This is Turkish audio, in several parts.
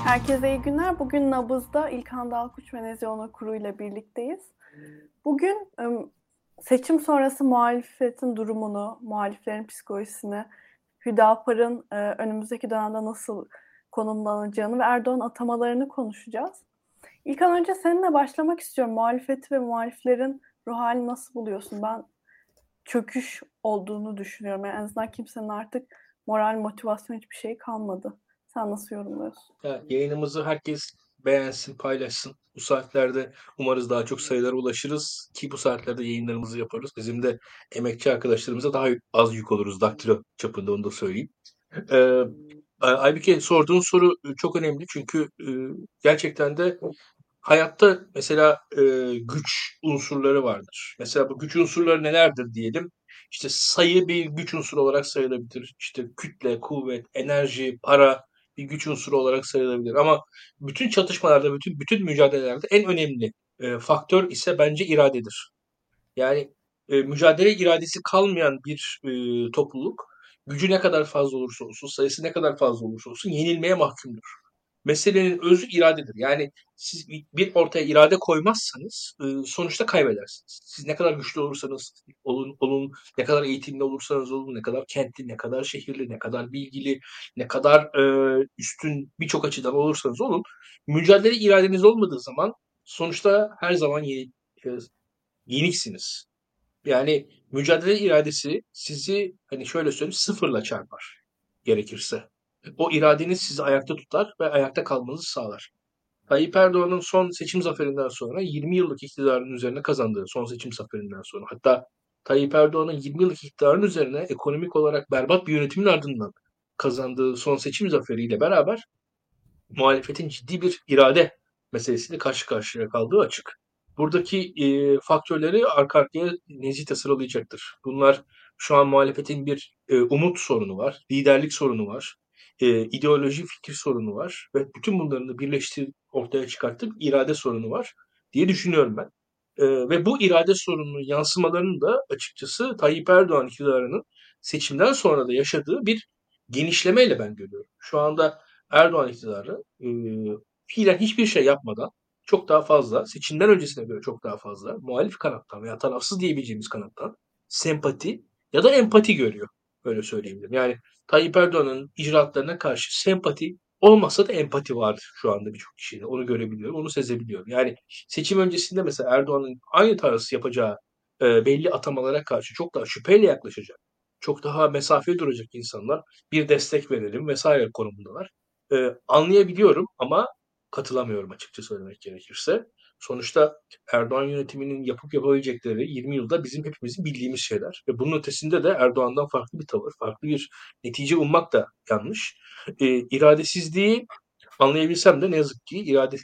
Herkese iyi günler. Bugün Nabız'da İlkan Dalkuç ve Nezihe Onur ile birlikteyiz. Bugün seçim sonrası muhalefetin durumunu, muhaliflerin psikolojisini, Hüdapar'ın önümüzdeki dönemde nasıl konumlanacağını ve Erdoğan atamalarını konuşacağız. İlkan, önce seninle başlamak istiyorum. Muhalefeti ve muhaliflerin ruh halini nasıl buluyorsun? Ben çöküş olduğunu düşünüyorum. Yani en azından kimsenin artık moral, motivasyon hiçbir şey kalmadı. Sen nasıl yorumluyorsun? Ya, yayınımızı herkes beğensin, paylaşsın. Bu saatlerde umarız daha çok sayılara ulaşırız ki bu saatlerde yayınlarımızı yaparız. Bizim de emekçi arkadaşlarımıza daha az yük oluruz daktilo çapında, onu da söyleyeyim. Ee, Aybüke, sorduğun soru çok önemli çünkü gerçekten de hayatta mesela güç unsurları vardır. Mesela bu güç unsurları nelerdir diyelim. İşte sayı bir güç unsuru olarak sayılabilir. İşte kütle, kuvvet, enerji, para bir güç unsuru olarak sayılabilir. Ama bütün çatışmalarda, bütün mücadelelerde en önemli faktör ise bence iradedir. Yani mücadele iradesi kalmayan bir topluluk gücü ne kadar fazla olursa olsun, sayısı ne kadar fazla olursa olsun yenilmeye mahkumdur. Meselenin özü iradedir. Yani siz bir ortaya irade koymazsanız sonuçta kaybedersiniz. Siz ne kadar güçlü olursanız olun, ne kadar eğitimli olursanız olun, ne kadar kentli, ne kadar şehirli, ne kadar bilgili, ne kadar üstün birçok açıdan olursanız olun, mücadele iradeniz olmadığı zaman sonuçta her zaman e, yeniksiniz. Yani mücadele iradesi sizi, hani şöyle söyleyeyim, sıfırla çarpar gerekirse. O iradeniz sizi ayakta tutar ve ayakta kalmanızı sağlar. Tayyip Erdoğan'ın son seçim zaferinden sonra 20 yıllık iktidarın üzerine kazandığı son seçim zaferinden sonra, hatta Tayyip Erdoğan'ın 20 yıllık iktidarın üzerine ekonomik olarak berbat bir yönetimin ardından kazandığı son seçim zaferiyle beraber muhalefetin ciddi bir irade meselesiyle karşı karşıya kaldığı açık. Buradaki faktörleri arka arkaya Nezih de sıralayacaktır. Bunlar, şu an muhalefetin bir umut sorunu var, liderlik sorunu var, ideoloji fikir sorunu var ve bütün bunların da birleştirip ortaya çıkarttığı bir irade sorunu var diye düşünüyorum ben. Ve bu irade sorununun yansımalarını da açıkçası Tayyip Erdoğan iktidarının seçimden sonra da yaşadığı bir genişlemeyle ben görüyorum. Şu anda Erdoğan iktidarı fiilen hiçbir şey yapmadan çok daha fazla, seçimden öncesine göre çok daha fazla muhalif kanattan veya tarafsız diyebileceğimiz kanattan sempati ya da empati görüyor. Öyle söyleyebilirim. Yani Tayyip Erdoğan'ın icraatlarına karşı sempati olmasa da empati var şu anda birçok kişide. Onu görebiliyorum, onu sezebiliyorum. Yani seçim öncesinde mesela Erdoğan'ın aynı tarz yapacağı belli atamalara karşı çok daha şüpheyle yaklaşacak, çok daha mesafeli duracak insanlar bir destek verelim vesaire konumundalar. Anlayabiliyorum ama katılamıyorum, açıkça söylemek gerekirse. Sonuçta Erdoğan yönetiminin yapıp yapabilecekleri 20 yılda bizim hepimizin bildiğimiz şeyler. Ve bunun ötesinde de Erdoğan'dan farklı bir tavır, farklı bir netice ummak da yanlış. İradesizliği anlayabilsem de ne yazık ki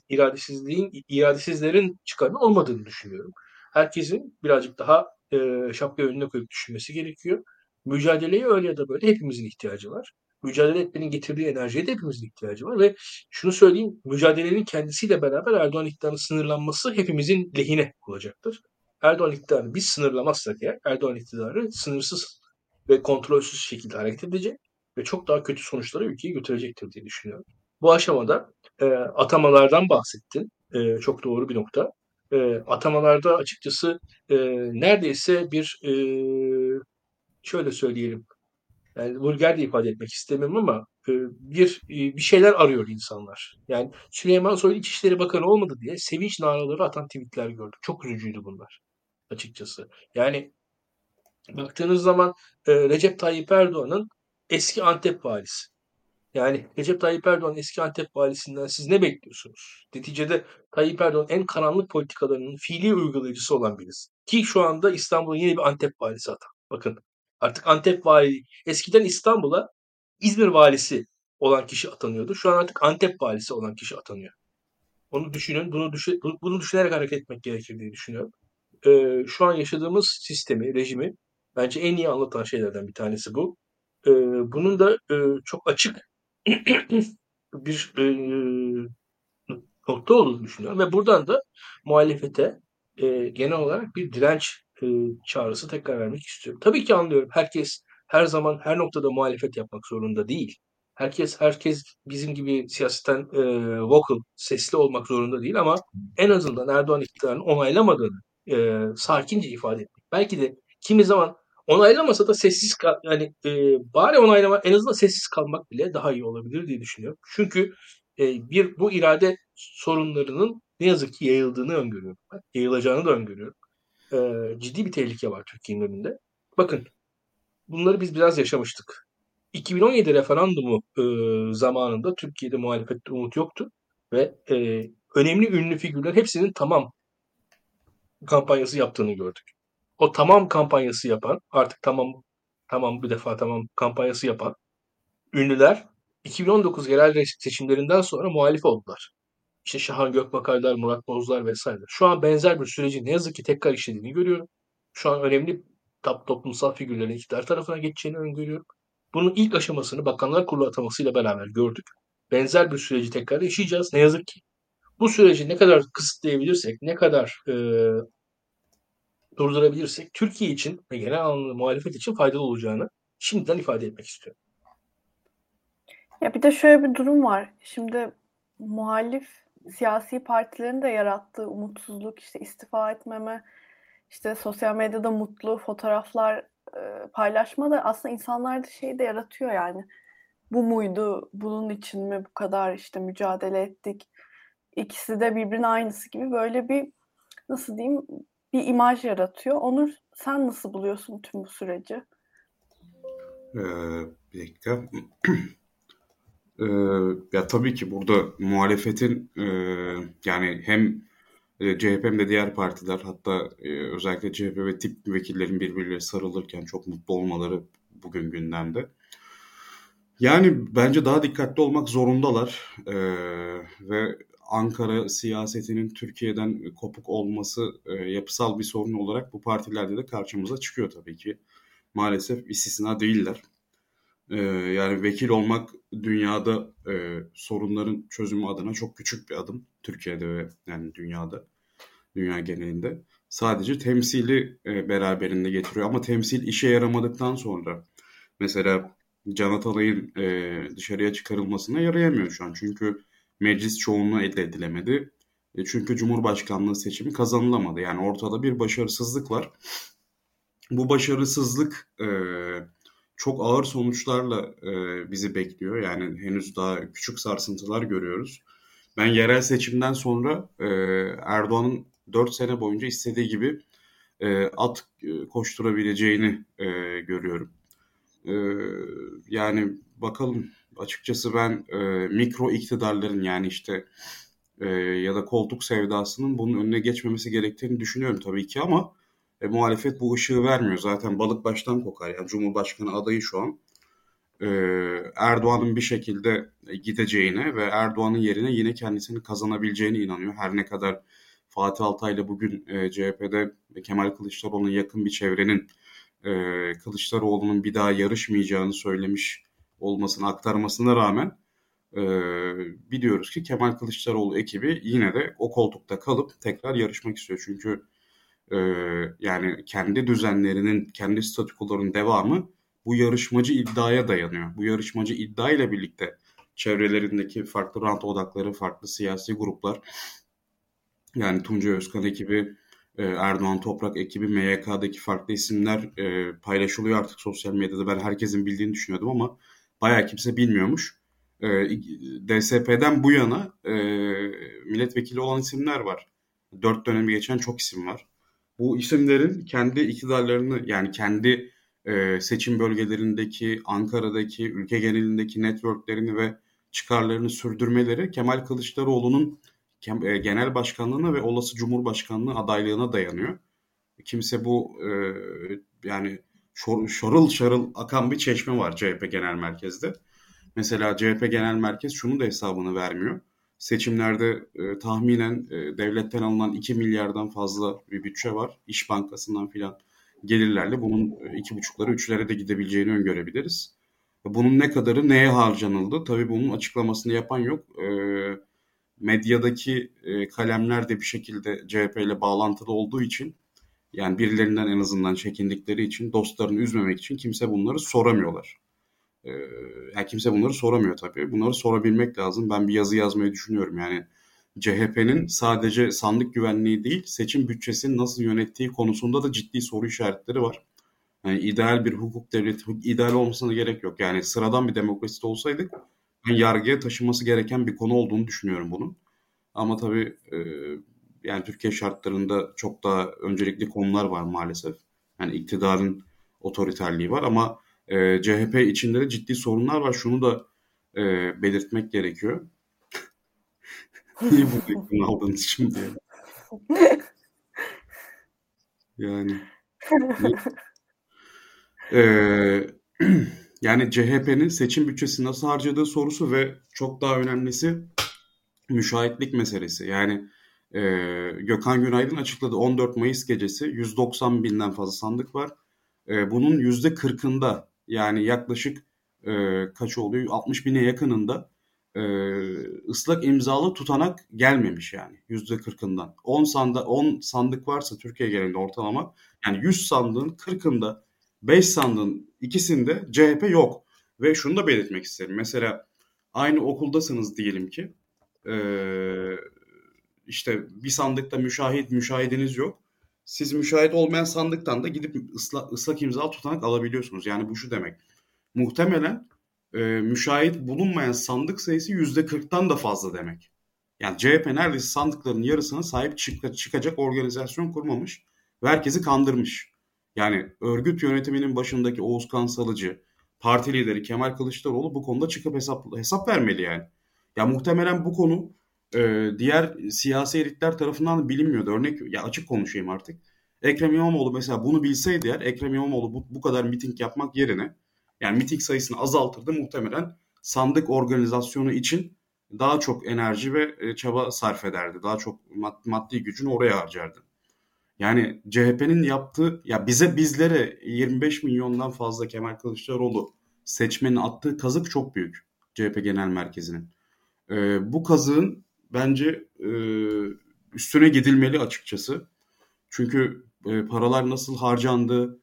iradesizlerin çıkarının olmadığını düşünüyorum. Herkesin birazcık daha şapkayı önüne koyup düşünmesi gerekiyor. Mücadeleye öyle ya da böyle hepimizin ihtiyacı var. Mücadele etmenin getirdiği enerjiye de hepimizin ihtiyacı var ve şunu söyleyeyim, mücadelenin kendisiyle beraber Erdoğan iktidarının sınırlanması hepimizin lehine olacaktır. Erdoğan iktidarını biz sınırlamazsak eğer, Erdoğan iktidarı sınırsız ve kontrolsüz şekilde hareket edecek ve çok daha kötü sonuçlara ülkeyi götürecektir diye düşünüyorum. Bu aşamada atamalardan bahsettin. Çok doğru bir nokta. Atamalarda açıkçası neredeyse bir şöyle söyleyelim, yani vulgar de ifade etmek istemiyorum ama bir şeyler arıyor insanlar. Yani Süleyman Soylu İçişleri Bakanı olmadı diye sevinç naraları atan tweetler gördük. Çok üzücüydü bunlar açıkçası. Yani baktığınız zaman Recep Tayyip Erdoğan'ın eski Antep valisi. Yani Recep Tayyip Erdoğan eski Antep valisinden siz ne bekliyorsunuz? Neticede Tayyip Erdoğan en karanlık politikalarının fiili uygulayıcısı olan birisi. Ki şu anda İstanbul'un yeni bir Antep valisi atan. Bakın, artık Antep vali, eskiden İstanbul'a İzmir valisi olan kişi atanıyordu. Şu an artık Antep valisi olan kişi atanıyor. Onu düşünün, bunu düşünerek hareket etmek gerekir diye düşünüyorum. Şu an yaşadığımız sistemi, rejimi bence en iyi anlatan şeylerden bir tanesi bu. Bunun da çok açık bir nokta olduğunu düşünüyorum ve buradan da muhalefete genel olarak bir direnç çağrısı tekrar vermek istiyorum. Tabii ki anlıyorum. Herkes her zaman her noktada muhalefet yapmak zorunda değil. Herkes bizim gibi siyasetten vocal, sesli olmak zorunda değil ama en azından Erdoğan iktidarını onaylamadığını sakince ifade etmek. Belki de kimi zaman onaylamasa da yani bari en azından sessiz kalmak bile daha iyi olabilir diye düşünüyorum. Çünkü bu irade sorunlarının ne yazık ki yayıldığını öngörüyorum. Ben. Yayılacağını da öngörüyorum. Ciddi bir tehlike var Türkiye'nin önünde. Bakın bunları biz biraz yaşamıştık. 2017 referandumu zamanında Türkiye'de muhalefette umut yoktu ve önemli ünlü figürler hepsinin tamam kampanyası yaptığını gördük. O tamam kampanyası yapan, artık tamam bir defa tamam kampanyası yapan ünlüler 2019 yerel seçimlerinden sonra muhalif oldular. İşte Şahan Gökbakarlar, Murat Bozlar vesaire. Şu an benzer bir süreci ne yazık ki tekrar işlediğini görüyorum. Şu an önemli toplumsal figürlerin iktidar tarafına geçeceğini öngörüyorum. Bunun ilk aşamasını Bakanlar Kurulu atamasıyla beraber gördük. Benzer bir süreci tekrar yaşayacağız. Ne yazık ki. Bu süreci ne kadar kısıtlayabilirsek, ne kadar durdurabilirsek Türkiye için ve genel anlamda muhalefet için faydalı olacağını şimdiden ifade etmek istiyorum. Ya bir de şöyle bir durum var. Şimdi muhalif siyasi partilerin de yarattığı umutsuzluk, işte istifa etmeme, işte sosyal medyada mutlu fotoğraflar paylaşma da aslında insanlarda şey de yaratıyor yani. Bu muydu? Bunun için mi bu kadar işte mücadele ettik? İkisi de birbirinin aynısı gibi böyle bir nasıl diyeyim bir imaj yaratıyor. Onur sen nasıl buluyorsun tüm bu süreci? Bir dakika. Ee, Ya tabii ki burada muhalefetin yani hem CHP hem de diğer partiler, hatta özellikle CHP ve tip vekillerin birbirleriyle sarılırken çok mutlu olmaları bugün gündemde. Yani bence daha dikkatli olmak zorundalar. Ve Ankara siyasetinin Türkiye'den kopuk olması yapısal bir sorun olarak bu partilerde de karşımıza çıkıyor tabii ki. Maalesef istisna değiller. Yani vekil olmak dünyada sorunların çözümü adına çok küçük bir adım. Türkiye'de ve yani dünyada, dünya genelinde. Sadece temsili beraberinde getiriyor. Ama temsil işe yaramadıktan sonra mesela Can Atalay'ın dışarıya çıkarılmasına yarayamıyor şu an. Çünkü meclis çoğunluğu elde edilemedi. Çünkü Cumhurbaşkanlığı seçimi kazanılamadı. Yani ortada bir başarısızlık var. Bu başarısızlık çok ağır sonuçlarla bizi bekliyor. Yani henüz daha küçük sarsıntılar görüyoruz. Ben yerel seçimden sonra Erdoğan'ın 4 sene boyunca istediği gibi at koşturabileceğini görüyorum. E, Yani bakalım, açıkçası ben mikro iktidarların, yani işte ya da koltuk sevdasının bunun önüne geçmemesi gerektiğini düşünüyorum tabii ki, ama muhalefet bu ışığı vermiyor. Zaten balık baştan kokar. Yani Cumhurbaşkanı adayı şu an e, Erdoğan'ın bir şekilde gideceğine ve Erdoğan'ın yerine yine kendisini kazanabileceğine inanıyor. Her ne kadar Fatih Altaylı bugün CHP'de Kemal Kılıçdaroğlu'na yakın bir çevrenin Kılıçdaroğlu'nun bir daha yarışmayacağını söylemiş olmasını aktarmasına rağmen e, biliyoruz ki Kemal Kılıçdaroğlu ekibi yine de o koltukta kalıp tekrar yarışmak istiyor. Çünkü e, yani kendi düzenlerinin, kendi statükolarının devamı bu yarışmacı iddiaya dayanıyor. Bu yarışmacı iddia ile birlikte çevrelerindeki farklı rant odakları, farklı siyasi gruplar, yani Tuncay Özkan ekibi, Erdoğan Toprak ekibi, MYK'daki farklı isimler paylaşılıyor artık sosyal medyada. Ben herkesin bildiğini düşünüyordum ama bayağı kimse bilmiyormuş. DSP'den bu yana milletvekili olan isimler var. 4 dönemi geçen çok isim var. Bu isimlerin kendi iktidarlarını, yani kendi seçim bölgelerindeki, Ankara'daki, ülke genelindeki networklerini ve çıkarlarını sürdürmeleri Kemal Kılıçdaroğlu'nun genel başkanlığına ve olası cumhurbaşkanlığı adaylığına dayanıyor. Kimse bu yani şarıl şarıl akan bir çeşme var CHP Genel Merkez'de. Mesela CHP Genel Merkez şunun da hesabını vermiyor. Seçimlerde tahminen devletten alınan 2 milyardan fazla bir bütçe var. İş Bankası'ndan filan gelirlerle bunun 2,5'lara 3'lere de gidebileceğini öngörebiliriz. Bunun ne kadarı neye harcanıldı? Tabii bunun açıklamasını yapan yok. Medyadaki kalemler de bir şekilde CHP ile bağlantılı olduğu için, yani birilerinden en azından çekindikleri için, dostlarını üzmemek için kimse bunları soramıyorlar. Yani kimse bunları soramıyor tabii. Bunları sorabilmek lazım. Ben bir yazı yazmayı düşünüyorum. Yani CHP'nin sadece sandık güvenliği değil, seçim bütçesini nasıl yönettiği konusunda da ciddi soru işaretleri var. Yani ideal bir hukuk devleti, ideal olmasına gerek yok. Yani sıradan bir demokraside olsaydık ben yargıya taşınması gereken bir konu olduğunu düşünüyorum bunun. Ama tabii yani Türkiye şartlarında çok daha öncelikli konular var maalesef. Yani iktidarın otoriterliği var ama CHP içinde de ciddi sorunlar var. Şunu da belirtmek gerekiyor. Niye bu reklamı aldınız şimdi ya? Yani Ee, yani CHP'nin seçim bütçesi nasıl harcadığı sorusu ve çok daha önemlisi müşahitlik meselesi. Yani e, Gökhan Günaydın açıkladı 14 Mayıs gecesi 190 binden fazla sandık var. Bunun %40'ında yani yaklaşık kaç oluyor? 60 bine yakınında e, ıslak imzalı tutanak gelmemiş yani %40'ından. 10 sandık varsa Türkiye genelinde ortalama yani 100 sandığın 40'ında 5 sandığın ikisinde CHP yok. Ve şunu da belirtmek isterim. Mesela aynı okuldasınız diyelim ki. Ee, işte bir sandıkta müşahidiniz yok. Siz müşahit olmayan sandıktan da gidip ıslak imza tutanak alabiliyorsunuz. Yani bu şu demek. Muhtemelen müşahit bulunmayan sandık sayısı %40'tan da fazla demek. Yani CHP neredeyse sandıkların yarısına sahip çıkacak organizasyon kurmamış ve herkesi kandırmış. Yani örgüt yönetiminin başındaki Oğuz Kansalıcı, parti lideri Kemal Kılıçdaroğlu bu konuda çıkıp hesap vermeli yani. Ya muhtemelen bu konu diğer siyasi elitler tarafından bilinmiyordu. Örnek ya açık konuşayım artık. Ekrem İmamoğlu mesela bunu bilseydi eğer Ekrem İmamoğlu bu kadar miting yapmak yerine yani miting sayısını azaltırdı muhtemelen sandık organizasyonu için daha çok enerji ve çaba sarf ederdi. Daha çok maddi gücünü oraya harcardı. Yani CHP'nin yaptığı ya bizlere 25 milyondan fazla Kemal Kılıçdaroğlu seçmenin attığı kazık çok büyük CHP Genel Merkezi'nin. Bu kazığın bence üstüne gidilmeli açıkçası. Çünkü paralar nasıl harcandı,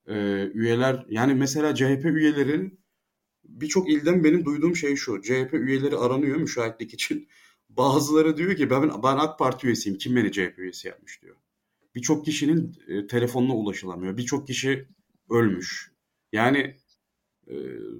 üyeler yani mesela CHP üyelerinin birçok ilden benim duyduğum şey şu. CHP üyeleri aranıyor müşahitlik için. Bazıları diyor ki ben AK Parti üyesiyim. Kim beni CHP üyesi yapmış diyor. Birçok kişinin telefonuna ulaşılamıyor. Birçok kişi ölmüş. Yani e,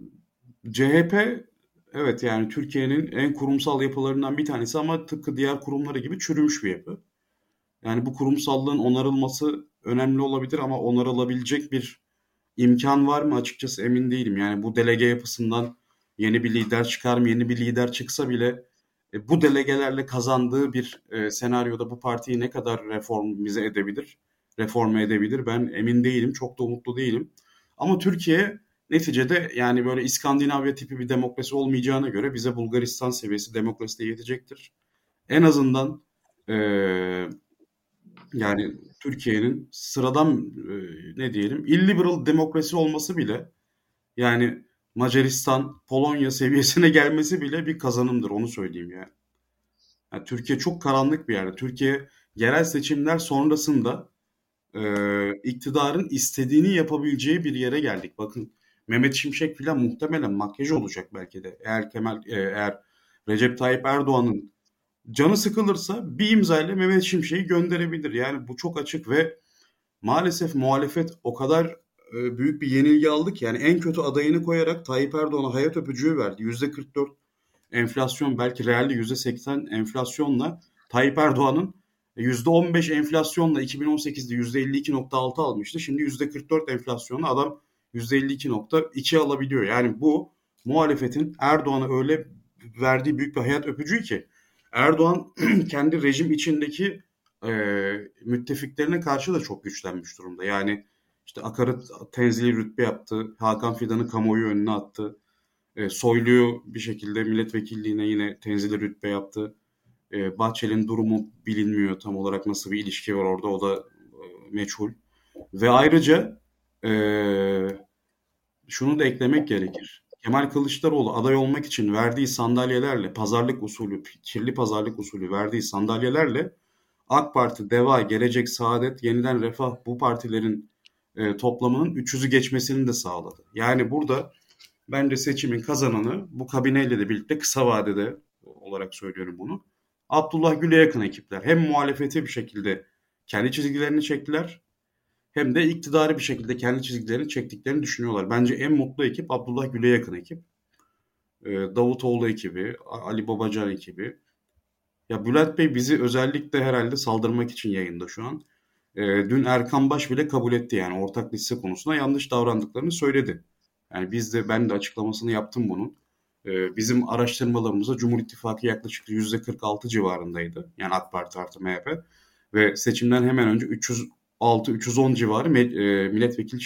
CHP evet yani Türkiye'nin en kurumsal yapılarından bir tanesi ama tıpkı diğer kurumları gibi çürümüş bir yapı. Yani bu kurumsallığın onarılması önemli olabilir ama onarılabilecek bir imkan var mı açıkçası emin değilim. Yani bu delege yapısından yeni bir lider çıkar mı? Yeni bir lider çıksa bile bu delegelerle kazandığı bir senaryoda bu partiyi ne kadar reforme edebilir ben emin değilim. Çok da umutlu değilim. Ama Türkiye neticede yani böyle İskandinavya tipi bir demokrasi olmayacağına göre bize Bulgaristan seviyesi demokrasi de yetecektir. En azından e, yani Türkiye'nin sıradan ne diyelim illiberal demokrasi olması bile yani Macaristan, Polonya seviyesine gelmesi bile bir kazanımdır onu söyleyeyim yani. Yani Türkiye çok karanlık bir yerde. Türkiye yerel seçimler sonrasında iktidarın istediğini yapabileceği bir yere geldik. Bakın Mehmet Şimşek filan muhtemelen makyaj olacak belki de. Eğer Recep Tayyip Erdoğan'ın canı sıkılırsa bir imzayla Mehmet Şimşek'i gönderebilir. Yani bu çok açık ve maalesef muhalefet o kadar büyük bir yenilgi aldı ki yani en kötü adayını koyarak Tayyip Erdoğan'a hayat öpücüğü verdi. %44 enflasyon belki realde %80 enflasyonla Tayyip Erdoğan'ın %15 enflasyonla 2018'de %52,6 almıştı. Şimdi %44 enflasyonla adam %52,2 alabiliyor. Yani bu muhalefetin Erdoğan'a öyle verdiği büyük bir hayat öpücüğü ki Erdoğan kendi rejim içindeki e, müttefiklerine karşı da çok güçlenmiş durumda. Yani işte Akar'ı tenzili rütbe yaptı. Hakan Fidan'ı kamuoyu önüne attı. Soylu'yu bir şekilde milletvekilliğine yine tenzili rütbe yaptı. Bahçeli'nin durumu bilinmiyor tam olarak nasıl bir ilişki var orada o da meçhul. Ve ayrıca e, şunu da eklemek gerekir. Kemal Kılıçdaroğlu aday olmak için verdiği sandalyelerle pazarlık usulü, kirli pazarlık usulü verdiği sandalyelerle AK Parti, DEVA, Gelecek, Saadet, Yeniden Refah bu partilerin toplamının 300'ü geçmesini de sağladı. Yani burada bence seçimin kazananı, bu kabineyle de birlikte kısa vadede olarak söylüyorum bunu, Abdullah Gül'e yakın ekipler. Hem muhalefeti bir şekilde kendi çizgilerini çektiler, hem de iktidarı bir şekilde kendi çizgilerini çektiklerini düşünüyorlar. Bence en mutlu ekip Abdullah Gül'e yakın ekip. Davutoğlu ekibi, Ali Babacan ekibi. Ya Bülent Bey bizi özellikle herhalde saldırmak için yayında şu an. Dün Erkan Baş bile kabul etti, yani ortak liste konusunda yanlış davrandıklarını söyledi. Yani ben de açıklamasını yaptım bunun. Bizim araştırmalarımızda Cumhur İttifakı yaklaşık %46 civarındaydı. Yani AK Parti artı MHP. Ve seçimden hemen önce 306-310 civarı milletvekili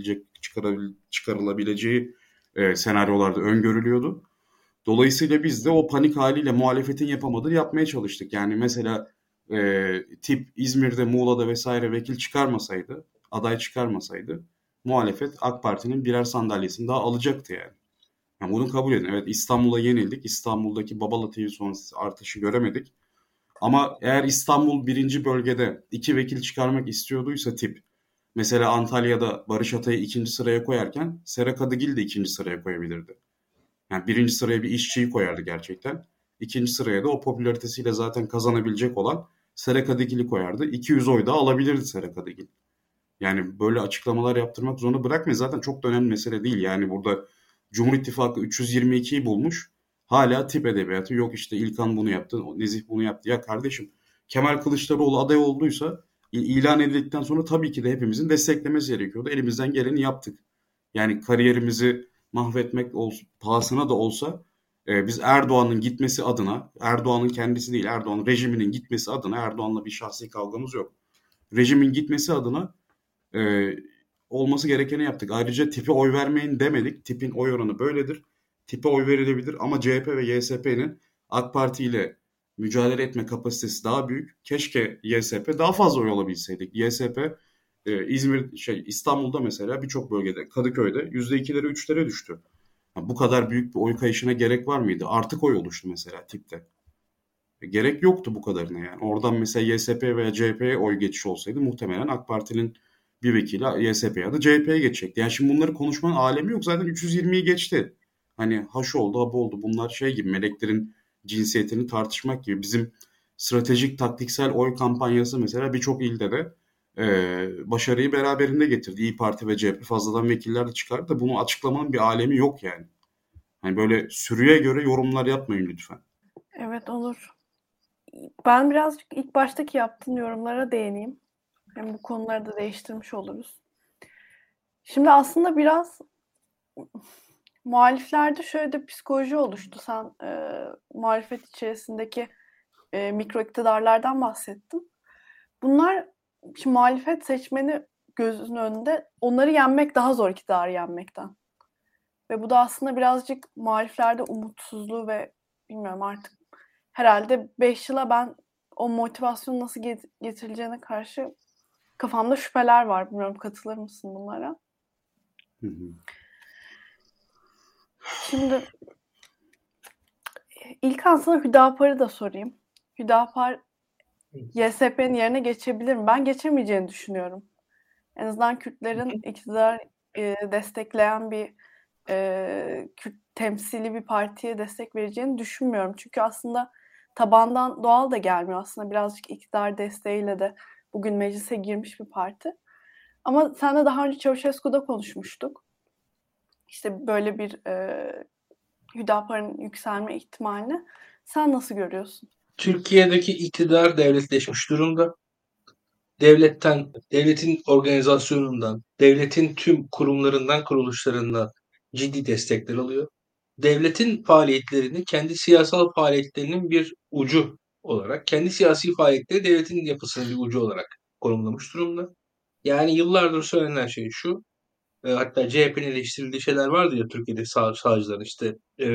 çıkarılabileceği senaryolarda öngörülüyordu. Dolayısıyla biz de o panik haliyle muhalefetin yapamadığını yapmaya çalıştık. Yani mesela tip İzmir'de, Muğla'da vesaire vekil çıkarmasaydı, aday çıkarmasaydı, muhalefet AK Parti'nin birer sandalyesini daha alacaktı yani. Yani bunu kabul edin. Evet, İstanbul'a yenildik. İstanbul'daki Babala TV sonrası artışı göremedik. Ama eğer İstanbul birinci bölgede 2 vekil çıkarmak istiyorduysa tip, mesela Antalya'da Barış Atay'ı 2. sıraya koyarken Sera Kadıgil de 2. sıraya koyabilirdi. Yani 1. sıraya bir işçiyi koyardı gerçekten. 2. sıraya da o popülaritesiyle zaten kazanabilecek olan Sera Kadıgil'i koyardı. 200 oy da alabilirdi Sera Kadıgil. Yani böyle açıklamalar yaptırmak zorunda bırakmayın. Zaten çok da önemli mesele değil. Yani burada Cumhur İttifakı 322'yi bulmuş. Hala tip edebiyatı yok, işte İlkan bunu yaptı, Nezih bunu yaptı. Ya kardeşim, Kemal Kılıçdaroğlu aday olduysa ilan edildikten sonra tabii ki de hepimizin desteklemesi gerekiyordu. Elimizden geleni yaptık. Yani kariyerimizi mahvetmek pahasına da olsa biz Erdoğan'ın gitmesi adına, Erdoğan'ın kendisi değil, Erdoğan rejiminin gitmesi adına, Erdoğan'la bir şahsi kavgamız yok. Rejimin gitmesi adına e, olması gerekeni yaptık. Ayrıca tipe oy vermeyin demedik. Tipin oy oranı böyledir. Tipe oy verilebilir ama CHP ve YSP'nin AK Parti ile mücadele etme kapasitesi daha büyük. Keşke YSP daha fazla oy alabilseydik. YSP İstanbul'da mesela birçok bölgede, Kadıköy'de %2'lere 3'lere düştü. Bu kadar büyük bir oy kayışına gerek var mıydı? Artık oy oluştu mesela tipte. Gerek yoktu bu kadarına yani. Oradan mesela YSP veya CHP'ye oy geçişi olsaydı muhtemelen AK Parti'nin bir vekili YSP ya da CHP'ye geçecekti. Yani şimdi bunları konuşmanın alemi yok. Zaten 320'yi geçti. Hani haş oldu, hap oldu. Bunlar şey gibi, meleklerin cinsiyetini tartışmak gibi. Bizim stratejik taktiksel oy kampanyası mesela birçok ilde de başarıyı beraberinde getirdi. İYİ Parti ve CHP fazladan vekiller de çıkardı da bunu açıklamanın bir alemi yok yani. Hani böyle sürüye göre yorumlar yapmayın lütfen. Evet, olur. Ben birazcık ilk baştaki yaptığın yorumlara değineyim. Hem bu konuları da değiştirmiş oluruz. Şimdi aslında biraz muhaliflerde şöyle de psikoloji oluştu. Sen muhalefet içerisindeki mikro iktidarlardan bahsettin. Bunlar, şimdi muhalefet seçmeni gözünün önünde, onları yenmek daha zor iktidarı yenmekten. Ve bu da aslında birazcık muhaliflerde umutsuzluğu ve bilmiyorum artık herhalde 5 yıla ben o motivasyonu nasıl getirileceğine karşı kafamda şüpheler var. Bilmiyorum, katılır mısın bunlara? Hı hı. Şimdi İlkan, sana Hüdapar'ı da sorayım. Hüdapar YSP'nin yerine geçebilir mi? Ben geçemeyeceğini düşünüyorum. En azından Kürtlerin iktidar destekleyen bir Kürt temsili bir partiye destek vereceğini düşünmüyorum. Çünkü aslında tabandan doğal da gelmiyor. Aslında birazcık iktidar desteğiyle de bugün meclise girmiş bir parti. Ama seninle daha önce Çavuşescu'da konuşmuştuk. İşte böyle bir Hüdapar'ın yükselme ihtimalini sen nasıl görüyorsun? Türkiye'deki iktidar devletleşmiş durumda. Devletin organizasyonundan, devletin tüm kurumlarından, kuruluşlarından ciddi destekler alıyor. Devletin faaliyetlerini kendi siyasal faaliyetlerinin bir ucu olarak, kendi siyasi faaliyetleri devletin yapısının bir ucu olarak konumlamış durumda. Yani yıllardır söylenen şey şu, hatta CHP'nin eleştirildiği şeyler vardı ya, Türkiye'de sağcıların işte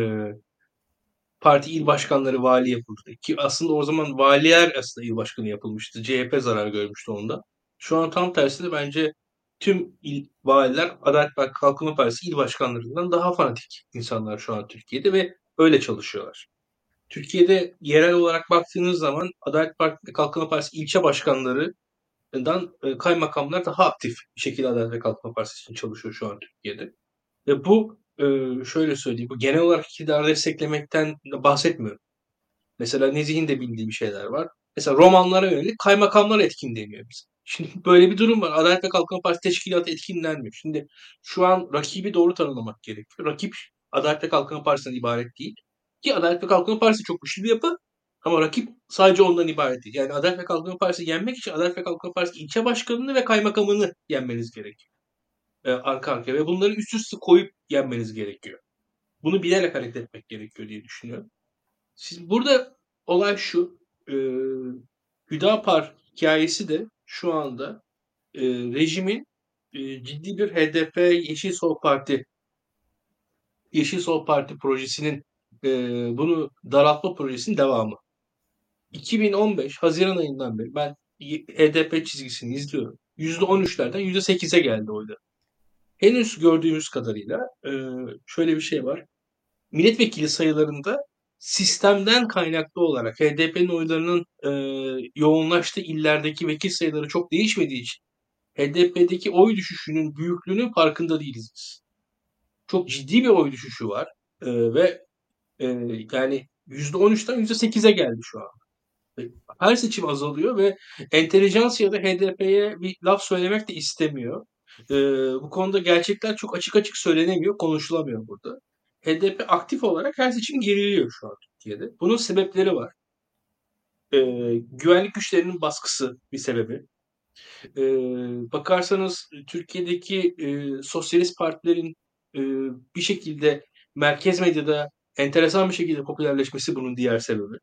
parti il başkanları vali yapıldı. Ki aslında o zaman valiler aslında il başkanı yapılmıştı. CHP zarar görmüştü onda. Şu an tam tersine bence tüm valiler Adalet Partisi Kalkınma Partisi il başkanlarından daha fanatik insanlar şu an Türkiye'de ve öyle çalışıyorlar. Türkiye'de yerel olarak baktığınız zaman Adalet Partisi ve Kalkınma Partisi ilçe başkanlarından kaymakamlar daha aktif bir şekilde Adalet ve Kalkınma Partisi için çalışıyor şu an Türkiye'de. Ve bu şöyle söyleyeyim. Bu genel olarak iktidarı desteklemekten bahsetmiyorum. Mesela Nezih'in de bildiği bir şeyler var. Mesela romanlara yönelik kaymakamlar etkin deniyor bize. Şimdi böyle bir durum var. Adalet ve Kalkınma Partisi teşkilatı etkinlenmiyor. Şimdi şu an rakibi doğru tanımlamak gerekiyor. Rakip Adalet ve Kalkınma Partisi'nden ibaret değil. Ki Adalet ve Kalkınma Partisi çok güçlü bir yapı. Ama rakip sadece ondan ibaret değil. Yani Adalet ve Kalkınma Partisi yenmek için Adalet ve Kalkınma Partisi ilçe başkanını ve kaymakamını yenmeniz gerekiyor. Arka arkaya. Ve bunları üst üste koyup yenmeniz gerekiyor. Bunu bilerek hareket etmek gerekiyor diye düşünüyorum. Şimdi burada olay şu. E, Hüdapar hikayesi de şu anda rejimin ciddi bir HDP Yeşil Sol Parti projesinin bunu daraltma projesinin devamı. 2015 Haziran ayından beri ben HDP çizgisini izliyorum. %13'lerden %8'e geldi oyda. Henüz gördüğümüz kadarıyla şöyle bir şey var. Milletvekili sayılarında sistemden kaynaklı olarak HDP'nin oylarının yoğunlaştığı illerdeki vekil sayıları çok değişmediği için HDP'deki oy düşüşünün büyüklüğünün farkında değiliz biz. Çok ciddi bir oy düşüşü var ve yani %13'ten %8'e geldi şu an. Her seçim azalıyor ve entelijansiya da HDP'ye bir laf söylemek de istemiyor. Bu konuda gerçekler çok açık açık söylenemiyor, konuşulamıyor burada. HDP aktif olarak her seçim geriliyor şu an Türkiye'de. Bunun sebepleri var. Güvenlik güçlerinin baskısı bir sebebi. Bakarsanız Türkiye'deki sosyalist partilerin e, bir şekilde merkez medyada enteresan bir şekilde popülerleşmesi bunun diğer sebebi.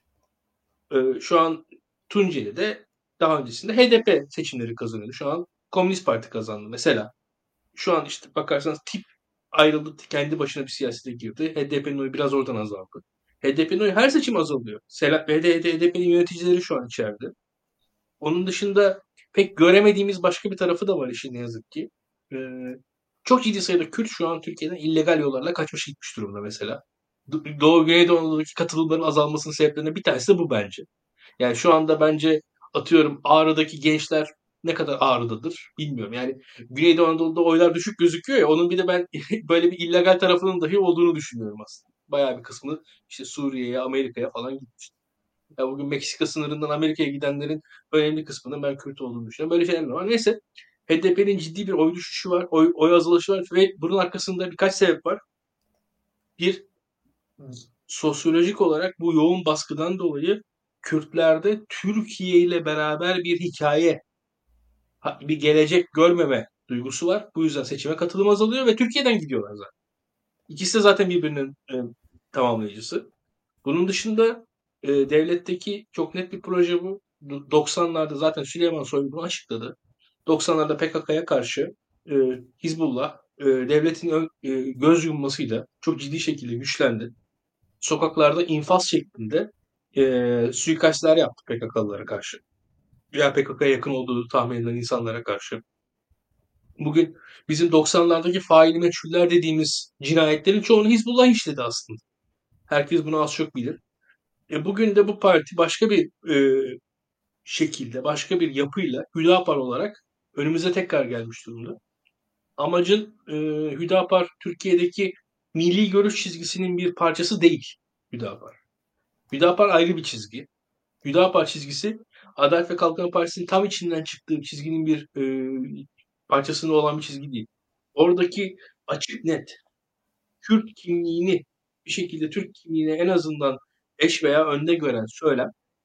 Şu an Tunceli'de daha öncesinde HDP seçimleri kazanıyordu. Şu an Komünist Parti kazandı. Mesela şu an işte bakarsanız tip ayrıldı. Kendi başına bir siyasete girdi. HDP'nin oyu biraz oradan azaldı. HDP'nin oyu her seçim azalıyor. HDP'nin yöneticileri şu an içeride. Onun dışında pek göremediğimiz başka bir tarafı da var işin ne yazık ki. Ee, Çok ciddi sayıda Kürt şu an Türkiye'den illegal yollarla kaçmış gitmiş durumda mesela. Doğu Güneydoğu Anadolu'daki katılımların azalmasının sebeplerinden bir tanesi de bu bence. Yani şu anda bence atıyorum Ağrı'daki gençler ne kadar Ağrı'dadır bilmiyorum. Yani Güneydoğu Anadolu'da oylar düşük gözüküyor ya onun bir de ben böyle bir illegal tarafının dahi olduğunu düşünüyorum aslında. Bayağı bir kısmını işte Suriye'ye, Amerika'ya falan gitmiş. Ya bugün Meksika sınırından Amerika'ya gidenlerin önemli kısmının ben Kürt olduğunu düşünüyorum. Böyle şeyler de var. Neyse HDP'nin ciddi bir oy düşüşü var. Oy azalışı var ve bunun arkasında birkaç sebep var. Bir, sosyolojik olarak bu yoğun baskıdan dolayı Kürtlerde Türkiye ile beraber bir hikaye, bir gelecek görmeme duygusu var. Bu yüzden seçime katılım azalıyor ve Türkiye'den gidiyorlar zaten. İkisi de zaten birbirinin tamamlayıcısı. Bunun dışında devletteki çok net bir proje bu. 90'larda zaten Süleyman Soylu bunu açıkladı. 90'larda PKK'ya karşı e, Hizbullah devletin göz yummasıyla çok ciddi şekilde güçlendi. Sokaklarda infaz şeklinde suikastler yaptı PKK'lılara karşı. Veya PKK'ya yakın olduğu tahmin edilen insanlara karşı. Bugün bizim 90'lardaki faili meçhuller dediğimiz cinayetlerin çoğunu Hizbullah işledi aslında. Herkes bunu az çok bilir. Bugün de bu parti başka bir şekilde, başka bir yapıyla Hüdapar olarak önümüze tekrar gelmiş durumda. Amacın Hüdapar Türkiye'deki milli görüş çizgisinin bir parçası değil Hüdapar. Hüdapar ayrı bir çizgi. Hüdapar çizgisi Adalet ve Kalkınma Partisi'nin tam içinden çıktığı çizginin bir parçasında olan bir çizgi değil. Oradaki açık net Kürt kimliğini bir şekilde Türk kimliğine en azından eş veya önde gören söylem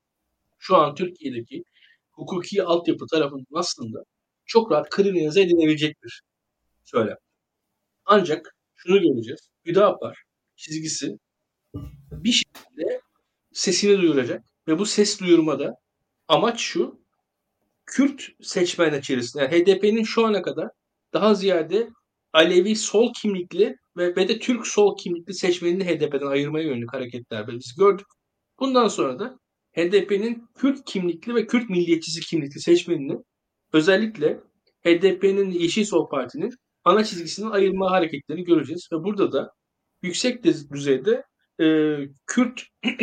şu an Türkiye'deki hukuki altyapı tarafından aslında çok rahat kriminalize edilebilecek bir söylem. Ancak şunu göreceğiz. Hüdapar çizgisi bir şekilde sesini duyuracak ve bu ses duyurmada amaç şu: Kürt seçmen içerisinde yani HDP'nin şu ana kadar daha ziyade Alevi sol kimlikli ve de Türk sol kimlikli seçmenini HDP'den ayırmaya yönelik hareketler biz gördük. Bundan sonra da HDP'nin Kürt kimlikli ve Kürt milliyetçisi kimlikli seçmenini özellikle HDP'nin Yeşil Sol Parti'nin ana çizgisinden ayırma hareketlerini göreceğiz. Ve burada da yüksek düzeyde Kürt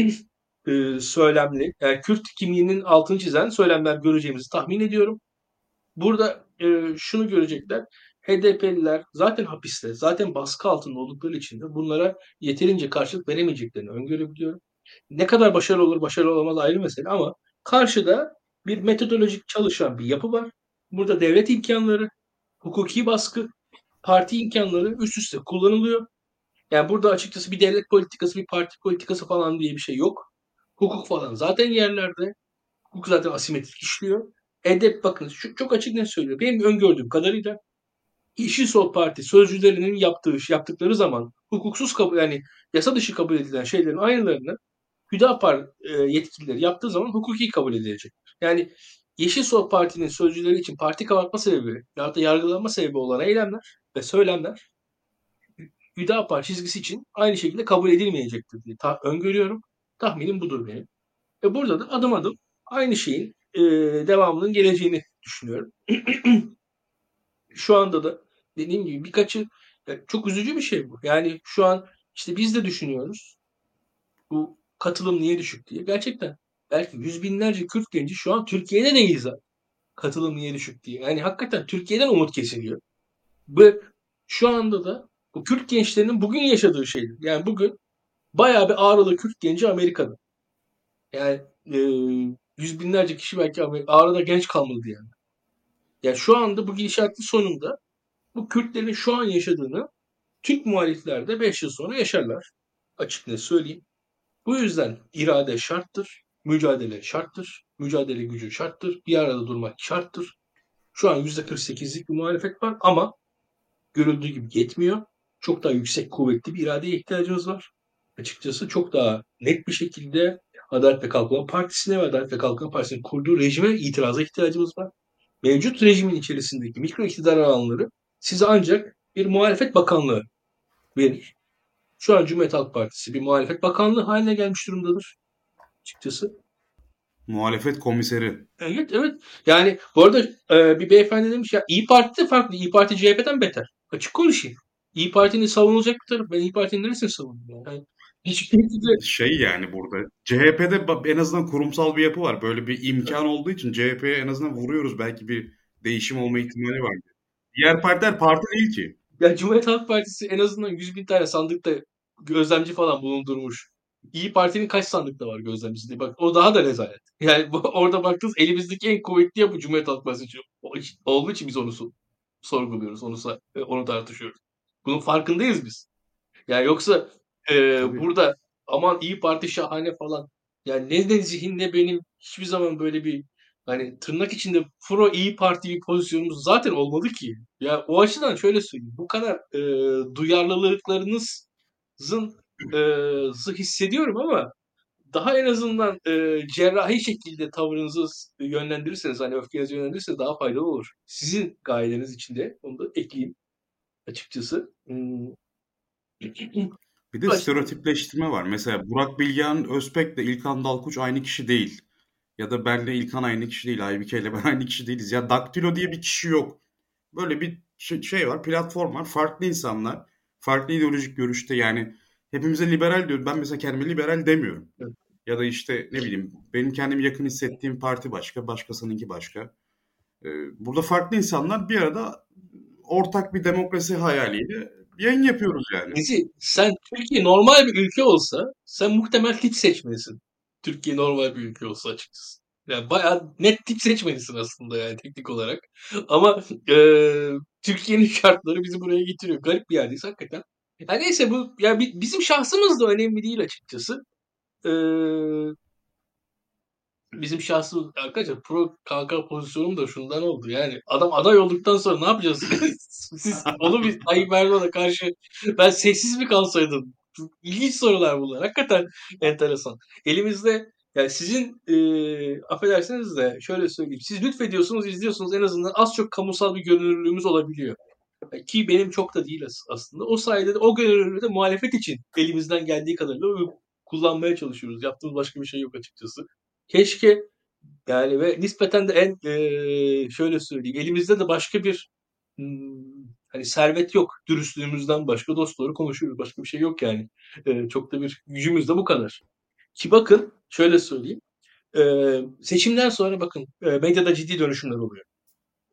söylemli, yani Kürt kimliğinin altını çizen söylemler göreceğimizi tahmin ediyorum. Burada şunu görecekler. HDP'liler zaten hapiste, zaten baskı altında oldukları için de bunlara yeterince karşılık veremeyeceklerini öngörebiliyorum. Ne kadar başarılı olur, başarılı olamaz ayrı mesele ama karşıda bir metodolojik çalışan bir yapı var. Burada devlet imkanları, hukuki baskı, parti imkanları üst üste kullanılıyor. Yani burada açıkçası bir devlet politikası, bir parti politikası falan diye bir şey yok. Hukuk falan zaten yerlerde. Hukuk zaten asimetrik işliyor. Edep bakın çok açık ne söylüyor. Benim öngördüğüm kadarıyla İşçi Sol Parti sözcülerinin yaptıkları zaman hukuksuz kabul yani yasa dışı kabul edilen şeylerin aynılarını Hüdapar yetkilileri yaptığı zaman hukuki kabul edilecek. Yani Yeşil Sol Parti'nin sözcüleri için parti kapatma sebebi ya da yargılanma sebebi olan eylemler ve söylemler Hüdapar çizgisi için aynı şekilde kabul edilmeyecektir diye öngörüyorum. Tahminim budur benim. Ve burada da adım adım aynı şeyin devamının geleceğini düşünüyorum. Şu anda da dediğim gibi birkaçı çok üzücü bir şey bu. Yani şu an işte biz de düşünüyoruz. Bu katılım niye düşük diye. Gerçekten belki yüz binlerce Kürt genci şu an Türkiye'de değil zaten. Katılım niye düşük diye. Yani hakikaten Türkiye'den umut kesiliyor. Ve şu anda da bu Kürt gençlerinin bugün yaşadığı şeydir. Yani bugün bayağı bir Ağrılı Kürt genci Amerika'da. Yani yüz binlerce kişi belki Ağrı'da genç kalmadı yani. Yani şu anda bu gidişatın sonunda bu Kürtlerin şu an yaşadığını Türk muhalifler de 5 yıl sonra yaşarlar. Açık net söyleyeyim. Bu yüzden irade şarttır, mücadele şarttır, mücadele gücü şarttır, bir arada durmak şarttır. Şu an %48'lik bir muhalefet var ama görüldüğü gibi yetmiyor. Çok daha yüksek, kuvvetli bir iradeye ihtiyacımız var. Açıkçası çok daha net bir şekilde Adalet ve Kalkınma Partisi'ne ve Adalet ve Kalkınma Partisi'nin kurduğu rejime itiraza ihtiyacımız var. Mevcut rejimin içerisindeki mikro iktidar alanları size ancak bir muhalefet bakanlığı verir. Şu an Cumhuriyet Halk Partisi bir muhalefet bakanlığı haline gelmiş durumdadır açıkçası. Muhalefet komiseri. Evet, evet. Yani bu arada bir beyefendi demiş ya İyi Parti de farklı. İyi Parti CHP'den beter. Açık konuşayım. İyi Parti'nin savunulacak bir tarafı. Ben İyi Parti'nin neresini savunuyorum? Yani hiçbir şekilde Şey yani burada CHP'de en azından kurumsal bir yapı var. Böyle bir imkan olduğu için CHP'ye en azından vuruyoruz. Belki bir değişim olma ihtimali var. Diğer partiler parti değil ki. ya Cumhuriyet Halk Partisi en azından 100 bin tane sandıkta gözlemci falan bulundurmuş. İyi Parti'nin kaç sandıkta var gözlemcisi diye bak o daha da rezalet. Yani orada baktığınız elimizdeki en kuvvetli yapı Cumhuriyet Halk Partisi için olduğu için biz onu sorguluyoruz, onu tartışıyoruz. Bunun farkındayız biz. Yani yoksa Tabii. burada aman İyi Parti şahane falan. Yani ne zihin ne benim hiçbir zaman böyle bir hani tırnak içinde pro İyi Parti bir pozisyonumuz zaten olmadı ki. Ya o açıdan şöyle söyleyeyim. Bu kadar duyarlılıklarınızın zı hissediyorum ama daha en azından cerrahi şekilde tavrınızı yönlendirirseniz hani öfkenizi yönlendirirseniz daha faydalı olur. Sizin gayeleriniz içinde onu da ekleyeyim açıkçası. Bir de stereotipleştirme var. Mesela Burak Bilgehan Özbek'le İlkan Dalkuç aynı kişi değil. Ya da benle İlkan aynı kişi değil. Aybike ile ben aynı kişi değiliz. Ya Daktilo diye bir kişi yok. Böyle bir şey var, platform var. Farklı insanlar, farklı ideolojik görüşte yani hepimize liberal diyor. Ben mesela kendime liberal demiyorum. Evet. Ya da işte ne bileyim benim kendimi yakın hissettiğim parti başka, başkasınınki başka. Burada farklı insanlar bir arada ortak bir demokrasi hayaliyle yayın yapıyoruz yani. Sen Türkiye normal bir ülke olsa sen muhtemel tip seçmelisin. Türkiye normal bir ülke olsa açıkçası. Yani bayağı net tip seçmelisin aslında yani teknik olarak. Ama Türkiye'nin şartları bizi buraya getiriyor. Garip bir yerdeyiz hakikaten. Yani neyse bu ya bizim şahsımız da önemli değil açıkçası. E, Bizim şahsımız arkadaşlar pro kanka pozisyonum da şundan oldu. Yani adam aday olduktan sonra ne yapacağız? Siz onu bir Tayyip Erdoğan'a karşı ben sessiz mi kalsaydım? Çok İlginç sorular bunlar. Hakikaten enteresan. Elimizde yani sizin affedersiniz de şöyle söyleyeyim. Siz lütfediyorsunuz, izliyorsunuz en azından az çok kamusal bir görünürlüğümüz olabiliyor. Ki benim çok da değil aslında. O sayede de o görünürlüğü de muhalefet için elimizden geldiği kadarıyla kullanmaya çalışıyoruz. Yaptığımız başka bir şey yok açıkçası. Keşke yani ve nispeten de şöyle söyleyeyim elimizde de başka bir hani servet yok. Dürüstlüğümüzden başka dost doğru konuşuyoruz. Başka bir şey yok yani. Çok da bir gücümüz de bu kadar. Ki bakın şöyle söyleyeyim. Seçimden sonra bakın medyada ciddi dönüşümler oluyor.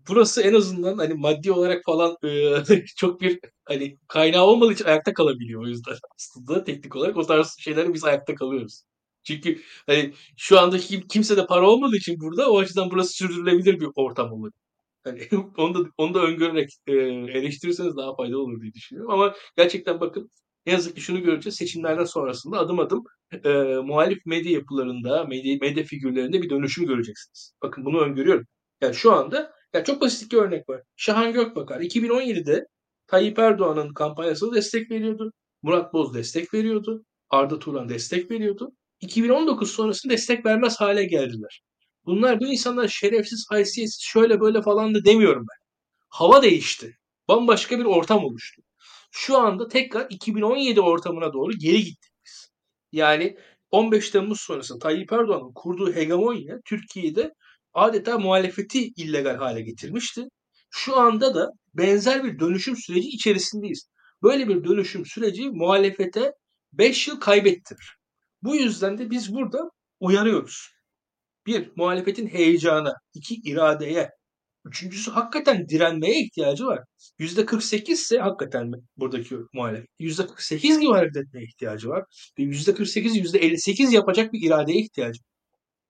burası en azından hani maddi olarak falan çok bir hani kaynağı olmadığı için ayakta kalabiliyor o yüzden. Aslında teknik olarak o tarz şeylerin biz ayakta kalıyoruz. Çünkü hani şu anda kimse de para olmadığı için burada o açıdan burası sürdürülebilir bir ortam olur. Hani onu da öngörerek eleştirirseniz daha faydalı olur diye düşünüyorum. Ama gerçekten bakın ne yazık ki şunu göreceğiz. Seçimlerden sonrasında adım adım muhalif medya yapılarında, medya figürlerinde bir dönüşüm göreceksiniz. Bakın bunu öngörüyorum. Yani şu anda çok basit bir örnek var. Şahan Gökbakar 2017'de Tayyip Erdoğan'ın kampanyasına destek veriyordu. Murat Boz destek veriyordu. Arda Turan destek veriyordu. 2019 sonrasında destek vermez hale geldiler. Bu insanlar şerefsiz, haysiyetsiz, şöyle böyle falan da demiyorum ben. Hava değişti. Bambaşka bir ortam oluştu. Şu anda tekrar 2017 ortamına doğru geri gittik biz. Yani 15 Temmuz sonrası Tayyip Erdoğan'ın kurduğu hegemonya Türkiye'de adeta muhalefeti illegal hale getirmişti. Şu anda da benzer bir dönüşüm süreci içerisindeyiz. Böyle bir dönüşüm süreci muhalefete 5 yıl kaybettirir. Bu yüzden de biz burada uyarıyoruz. Bir, muhalefetin heyecana. İki, iradeye. Üçüncüsü hakikaten direnmeye ihtiyacı var. %48 ise hakikaten buradaki muhalefet. %48 gibi hareket etmeye ihtiyacı var. Ve %48'i %58 yapacak bir iradeye ihtiyacı var.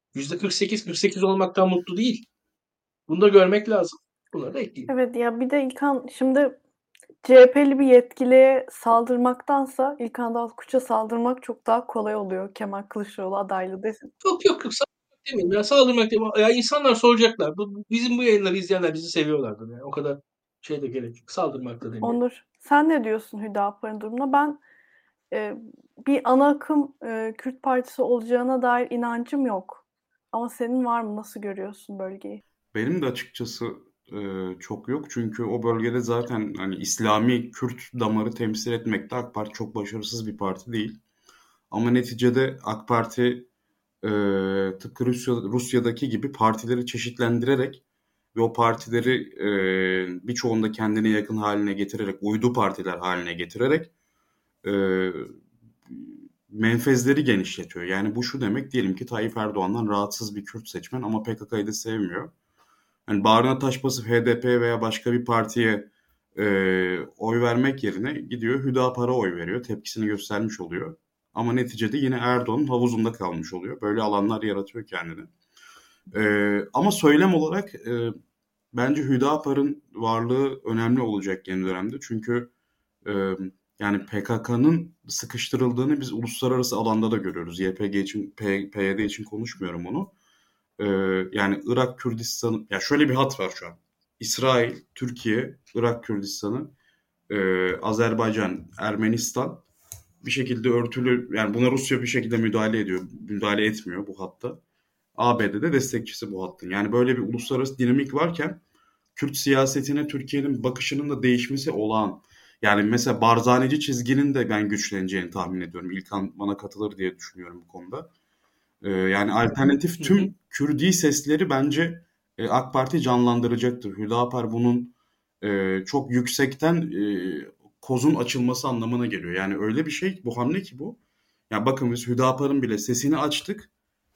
%48 olmaktan mutlu değil. Bunu da görmek lazım. Bunları da ekleyeyim. Evet ya bir de İlkan şimdi CHP'li bir yetkiliye saldırmaktansa İlkan Dalkuş'a saldırmak çok daha kolay oluyor Kemal Kılıçdaroğlu adaylığı desin. Yok saldırmak demeyeyim ya. Saldırmak demeyeyim. Ya insanlar soracaklar. Bizim bu yayınları izleyenler bizi seviyorlardır. Yani. O kadar şey de gerek yok. Saldırmak da demeyeyim. Onur sen ne diyorsun Hüdapar'ın durumuna? Ben bir ana akım Kürt Partisi olacağına dair inancım yok. Ama senin var mı? Nasıl görüyorsun bölgeyi? Benim de açıkçası çok yok. Çünkü o bölgede zaten hani İslami Kürt damarı temsil etmekte AK Parti çok başarısız bir parti değil. Ama neticede AK Parti tıpkı Rusya'daki gibi partileri çeşitlendirerek ve o partileri birçoğunda kendine yakın haline getirerek, uydu partiler haline getirerek e, menfezleri genişletiyor. Yani bu şu demek, diyelim ki Tayyip Erdoğan'dan rahatsız bir Kürt seçmen ama PKK'yı da sevmiyor. Yani bağrına taş basıp HDP veya başka bir partiye oy vermek yerine gidiyor Hüdapar'a oy veriyor. Tepkisini göstermiş oluyor. Ama neticede yine Erdoğan'ın havuzunda kalmış oluyor. Böyle alanlar yaratıyor kendini. Ama söylem olarak bence Hüdapar'ın varlığı önemli olacak yeni dönemde. Çünkü e, yani PKK'nın sıkıştırıldığını biz uluslararası alanda da görüyoruz. YPG için, PYD için konuşmuyorum onu. Yani Irak Kürdistan'ı, ya şöyle bir hat var şu an. İsrail, Türkiye, Irak Kürdistan'ı, Azerbaycan, Ermenistan bir şekilde örtülü, yani buna Rusya bir şekilde müdahale etmiyor bu hatta. ABD de destekçisi bu hattın. Yani böyle bir uluslararası dinamik varken Kürt siyasetine Türkiye'nin bakışının da değişmesi olağan. Yani mesela Barzaneci çizginin de ben güçleneceğini tahmin ediyorum. İlkan bana katılır diye düşünüyorum bu konuda. Yani alternatif tüm Kürdi sesleri bence AK Parti canlandıracaktır. Hüdapar bunun çok yüksekten kozun açılması anlamına geliyor. Yani öyle bir şey, bu hamle ki bu. Ya bakın biz Hüdapar'ın bile sesini açtık.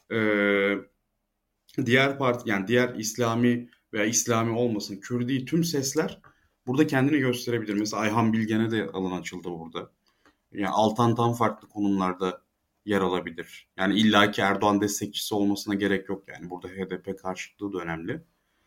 Diğer parti, yani diğer İslami veya İslami olmasın, Kürdi tüm sesler burada kendini gösterebilir. Mesela Ayhan Bilgen'e de alan açıldı burada. Yani Altan tam farklı konumlarda yer alabilir. Yani illaki Erdoğan destekçisi olmasına gerek yok yani. Burada HDP karşıtlığı da önemli.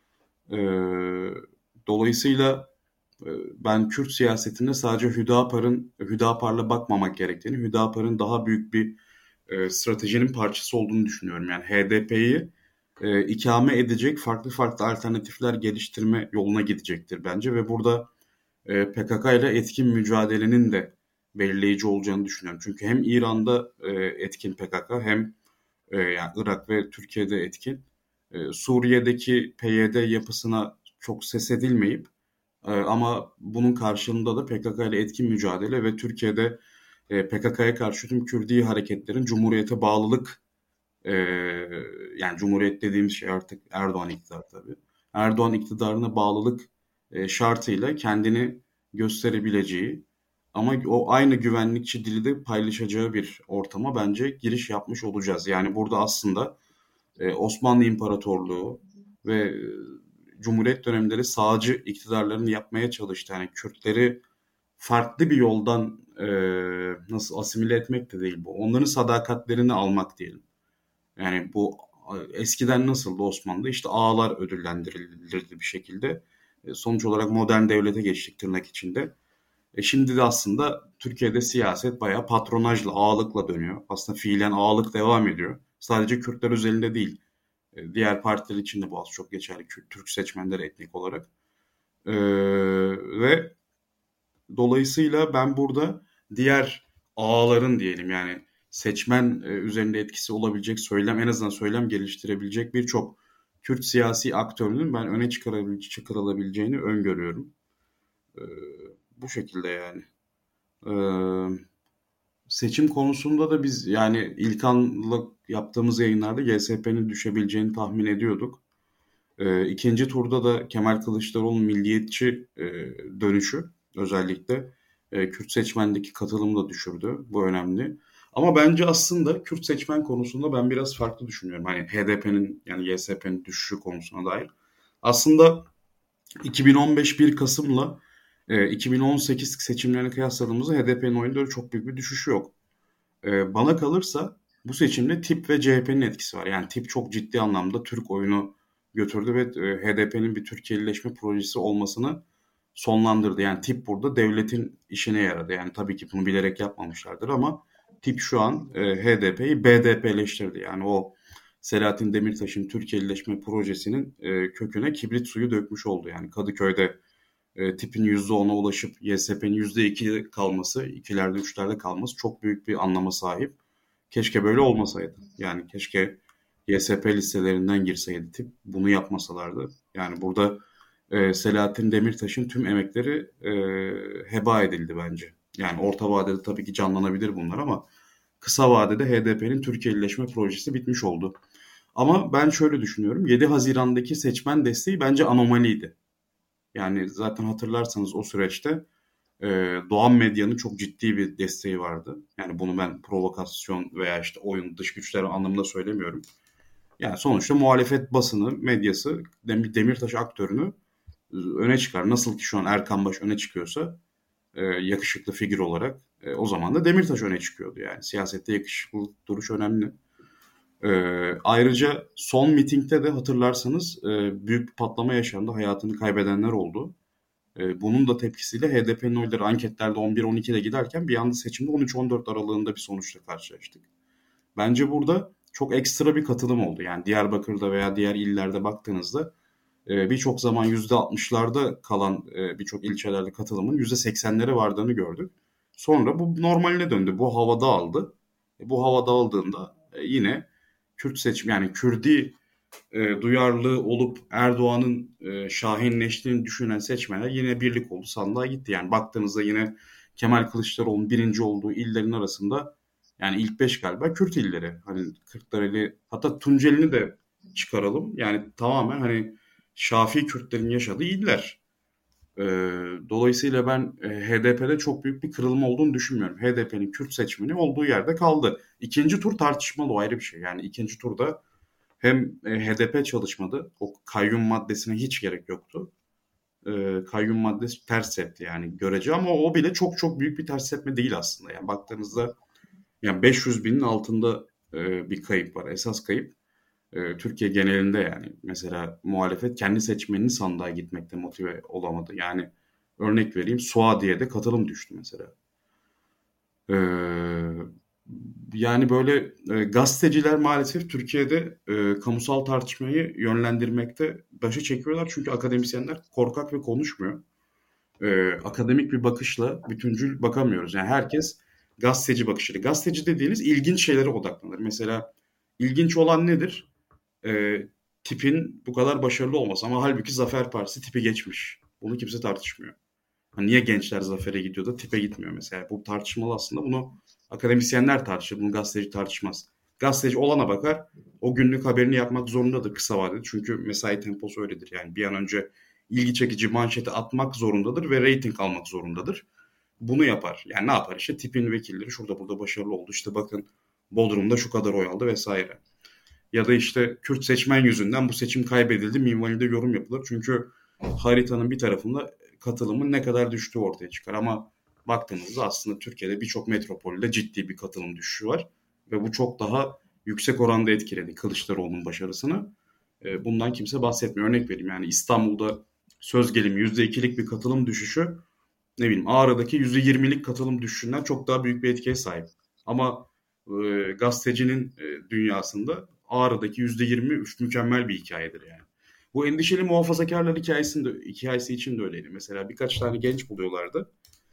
Dolayısıyla ben Kürt siyasetinde sadece Hüdapar'la bakmamak gerektiğini, Hüdapar'ın daha büyük bir stratejinin parçası olduğunu düşünüyorum. Yani HDP'yi ikame edecek farklı farklı alternatifler geliştirme yoluna gidecektir bence ve burada PKK ile etkin mücadelenin de belirleyici olacağını düşünüyorum. Çünkü hem İran'da etkin PKK hem yani Irak ve Türkiye'de etkin. Suriye'deki PYD yapısına çok ses edilmeyip ama bunun karşılığında da PKK ile etkin mücadele ve Türkiye'de PKK'ya karşı tüm Kürdi hareketlerin Cumhuriyete bağlılık, e, yani Cumhuriyet dediğimiz şey artık Erdoğan iktidarı tabii. Erdoğan iktidarına bağlılık şartıyla kendini gösterebileceği ama o aynı güvenlikçi dili de paylaşacağı bir ortama bence giriş yapmış olacağız. Yani burada aslında Osmanlı İmparatorluğu ve Cumhuriyet dönemleri sağcı iktidarların yapmaya çalıştı. Yani Kürtleri farklı bir yoldan nasıl asimile etmek de değil bu. Onların sadakatlerini almak diyelim. Yani bu eskiden nasıldı Osmanlı'da? İşte ağalar ödüllendirilirdi bir şekilde. Sonuç olarak modern devlete geçtik tırnak içinde. Şimdi de aslında Türkiye'de siyaset bayağı patronajla, ağalıkla dönüyor. Aslında fiilen ağalık devam ediyor. Sadece Kürtler özelinde değil. Diğer partiler için de bu az çok geçerli. Türk seçmenleri etnik olarak. Ve dolayısıyla ben burada diğer ağaların diyelim yani seçmen üzerinde etkisi olabilecek söylem, en azından söylem geliştirebilecek birçok Kürt siyasi aktörünün ben öne çıkarılabileceğini öngörüyorum. Bu şekilde yani. Seçim konusunda da biz yani İlkan'la yaptığımız yayınlarda GSP'nin düşebileceğini tahmin ediyorduk. İkinci turda da Kemal Kılıçdaroğlu'nun milliyetçi dönüşü özellikle Kürt seçmendeki katılımı da düşürdü. Bu önemli. Ama bence aslında Kürt seçmen konusunda ben biraz farklı düşünüyorum. Hani HDP'nin yani YSP'nin düşüşü konusuna dair. Aslında 2015 1 Kasım'la 2018 seçimlerini kıyasladığımızda HDP'nin oyunda öyle çok büyük bir düşüşü yok. Bana kalırsa bu seçimde TİP ve CHP'nin etkisi var. Yani TİP çok ciddi anlamda Türk oyunu götürdü ve HDP'nin bir Türkiye'lileşme projesi olmasını sonlandırdı. Yani TİP burada devletin işine yaradı. Yani tabii ki bunu bilerek yapmamışlardır ama TİP şu an HDP'yi BDP'leştirdi. Yani o Selahattin Demirtaş'ın Türkiye'lileşme projesinin köküne kibrit suyu dökmüş oldu. Yani Kadıköy'de TİP'in %10'a ulaşıp YSP'nin %2'de kalması, ikilerde üçlerde kalması çok büyük bir anlama sahip. Keşke böyle olmasaydı. Yani keşke YSP listelerinden girseydi tip. Bunu yapmasalardı. Yani burada Selahattin Demirtaş'ın tüm emekleri heba edildi bence. Yani orta vadede tabii ki canlanabilir bunlar ama kısa vadede HDP'nin Türkiye'lileşme projesi bitmiş oldu. Ama ben şöyle düşünüyorum. 7 Haziran'daki seçmen desteği bence anomaliydi. Yani zaten hatırlarsanız o süreçte Doğan Medya'nın çok ciddi bir desteği vardı. Yani bunu ben provokasyon veya işte oyun dış güçler anlamında söylemiyorum. Yani sonuçta muhalefet basını, medyası Demirtaş aktörünü öne çıkar. Nasıl ki şu an Erkan Baş öne çıkıyorsa yakışıklı figür olarak o zaman da Demirtaş öne çıkıyordu. Yani siyasette yakışıklı duruş önemli. Ayrıca son mitingde de hatırlarsanız büyük bir patlama yaşandı. Hayatını kaybedenler oldu. Bunun da tepkisiyle HDP'nin oyları anketlerde 11-12'de giderken bir anda seçimde 13-14 aralığında bir sonuçla karşılaştık. Bence burada çok ekstra bir katılım oldu. Yani Diyarbakır'da veya diğer illerde baktığınızda birçok zaman %60'larda kalan birçok ilçelerde katılımın %80'lere vardığını gördük. Sonra bu normaline döndü. Bu hava dağıldı. Bu hava dağıldığında yine Kürt seçim yani Kürdi duyarlı olup Erdoğan'ın şahinleştiğini düşünen seçmenler yine birlik oldu, sandığa gitti. Yani baktığınızda yine Kemal Kılıçdaroğlu'nun birinci olduğu illerin arasında yani ilk 5 galiba Kürt illeri. Hani Kırklareli hatta Tunceli'ni de çıkaralım. Yani tamamen hani Şafii Kürtlerin yaşadığı iller. Dolayısıyla ben HDP'de çok büyük bir kırılma olduğunu düşünmüyorum. HDP'nin Kürt seçmeni olduğu yerde kaldı. İkinci tur tartışmalı, o ayrı bir şey. Yani ikinci turda hem HDP çalışmadı. O kayyum maddesine hiç gerek yoktu. Kayyum maddesi ters etti yani görece ama o bile çok çok büyük bir ters etme değil aslında. Yani baktığınızda yani 500 binin altında bir kayıp var. Esas kayıp Türkiye genelinde yani. Mesela muhalefet kendi seçmenini sandığa gitmekte motive olamadı. Yani örnek vereyim, Suadiye'de katılım düştü mesela. Yani böyle gazeteciler maalesef Türkiye'de kamusal tartışmayı yönlendirmekte başı çekiyorlar. Çünkü akademisyenler korkak ve konuşmuyor. Akademik bir bakışla bütüncül bakamıyoruz. Yani herkes gazeteci bakışıyla. Gazeteci dediğiniz ilginç şeylere odaklanır. Mesela ilginç olan nedir? Tipin bu kadar başarılı olması ama halbuki Zafer Partisi tipi geçmiş. Bunu kimse tartışmıyor. Hani niye gençler Zafer'e gidiyor da tipe gitmiyor mesela? Bu tartışmalı aslında. Bunu akademisyenler tartışır. Bunu gazeteci tartışmaz. Gazeteci olana bakar. O günlük haberini yapmak zorundadır kısa vadede. Çünkü mesai temposu öyledir. Yani bir an önce ilgi çekici manşeti atmak zorundadır ve reyting almak zorundadır. Bunu yapar. Yani ne yapar? İşte tipin vekilleri şurada burada başarılı oldu. İşte bakın Bodrum'da şu kadar oy aldı vesaire. Ya da işte Kürt seçmen yüzünden bu seçim kaybedildi minvalinde yorum yapılır. Çünkü haritanın bir tarafında katılımın ne kadar düştüğü ortaya çıkar. Ama baktığımızda aslında Türkiye'de birçok metropolde ciddi bir katılım düşüşü var. Ve bu çok daha yüksek oranda etkiledi Kılıçdaroğlu'nun başarısını. Bundan kimse bahsetmiyor. Örnek vereyim, yani İstanbul'da söz gelimi %2'lik bir katılım düşüşü, ne bileyim Ağrı'daki %20'lik katılım düşüşünden çok daha büyük bir etkiye sahip. Ama gazetecinin dünyasında Ağrı'daki %20 mükemmel bir hikayedir yani. Bu endişeli muhafazakarlar hikayesi için de öyleydi. Mesela birkaç tane genç buluyorlardı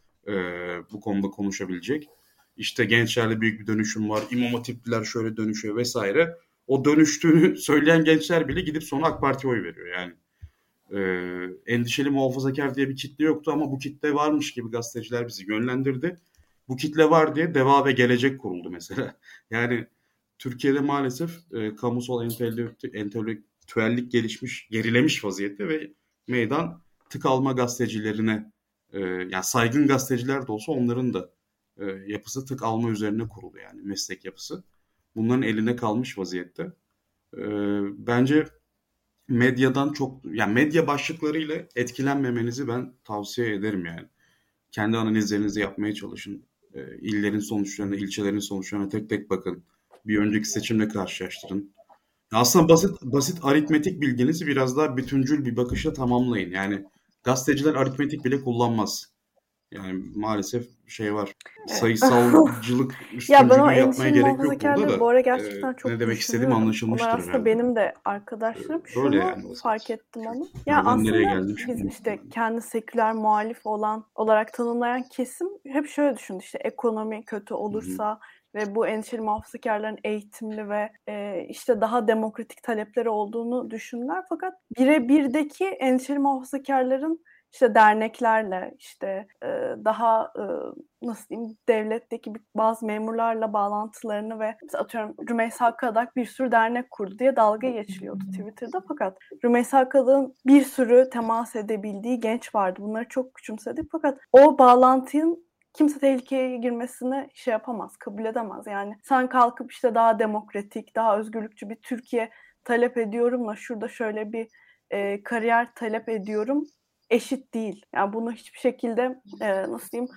bu konuda konuşabilecek. İşte gençlerde büyük bir dönüşüm var. İmam Hatipliler şöyle dönüşüyor vesaire. O dönüştüğünü söyleyen gençler bile gidip sonra AK Parti'ye oy veriyor yani. Endişeli muhafazakar diye bir kitle yoktu ama bu kitle varmış gibi gazeteciler bizi yönlendirdi. Bu kitle var diye Deva ve Gelecek kuruldu mesela. Yani Türkiye'de maalesef kamusal entelektüellik gerilemiş vaziyette ve meydan tık alma gazetecilerine, yani saygın gazeteciler de olsa onların da yapısı tık alma üzerine kurulu, yani meslek yapısı. Bunların eline kalmış vaziyette. Bence medyadan çok, yani medya başlıklarıyla etkilenmemenizi ben tavsiye ederim yani. Kendi analizlerinizi yapmaya çalışın. İllerin sonuçlarına, ilçelerin sonuçlarına tek tek bakın. Bir önceki seçimle karşılaştırın. Aslında basit aritmetik bilginizi biraz daha bütüncül bir bakışla tamamlayın. Yani gazeteciler aritmetik bile kullanmaz. Yani maalesef şey var. Sayısalcılık Ya ben o üstüncülüğü yapmaya endişeli gerek yok burada muhafazakarları bu da. ara gerçekten Ne çok demek istediğim düşünüyorum. Onlar anlaşılmıştır aslında herhalde. benim de arkadaşlarım. Böyle Şunu yani basit. fark ettim onu. Ya Nereden nereye aslında geldim biz şimdi? işte kendi seküler muhalif olarak tanımlayan kesim hep şöyle düşündü, işte ekonomi kötü olursa ve bu endişeli muhafazakarların eğitimli ve işte daha demokratik talepleri olduğunu düşündüler. Fakat birebirdeki endişeli muhafazakarların işte derneklerle, işte daha nasıl diyeyim, devletteki bazı memurlarla bağlantılarını ve mesela atıyorum Rümeysa Akkadak bir sürü dernek kurdu diye dalga geçiliyordu Twitter'da. Fakat Rümeysa Akkadak'ın bir sürü temas edebildiği genç vardı. Bunları çok küçümsedik. Fakat o bağlantının kimse tehlikeye girmesini şey yapamaz, kabul edemez. Yani sen kalkıp işte daha demokratik, daha özgürlükçü bir Türkiye talep ediyorumla şurada şöyle bir kariyer talep ediyorum eşit değil. Yani bunu hiçbir şekilde nasıl diyeyim,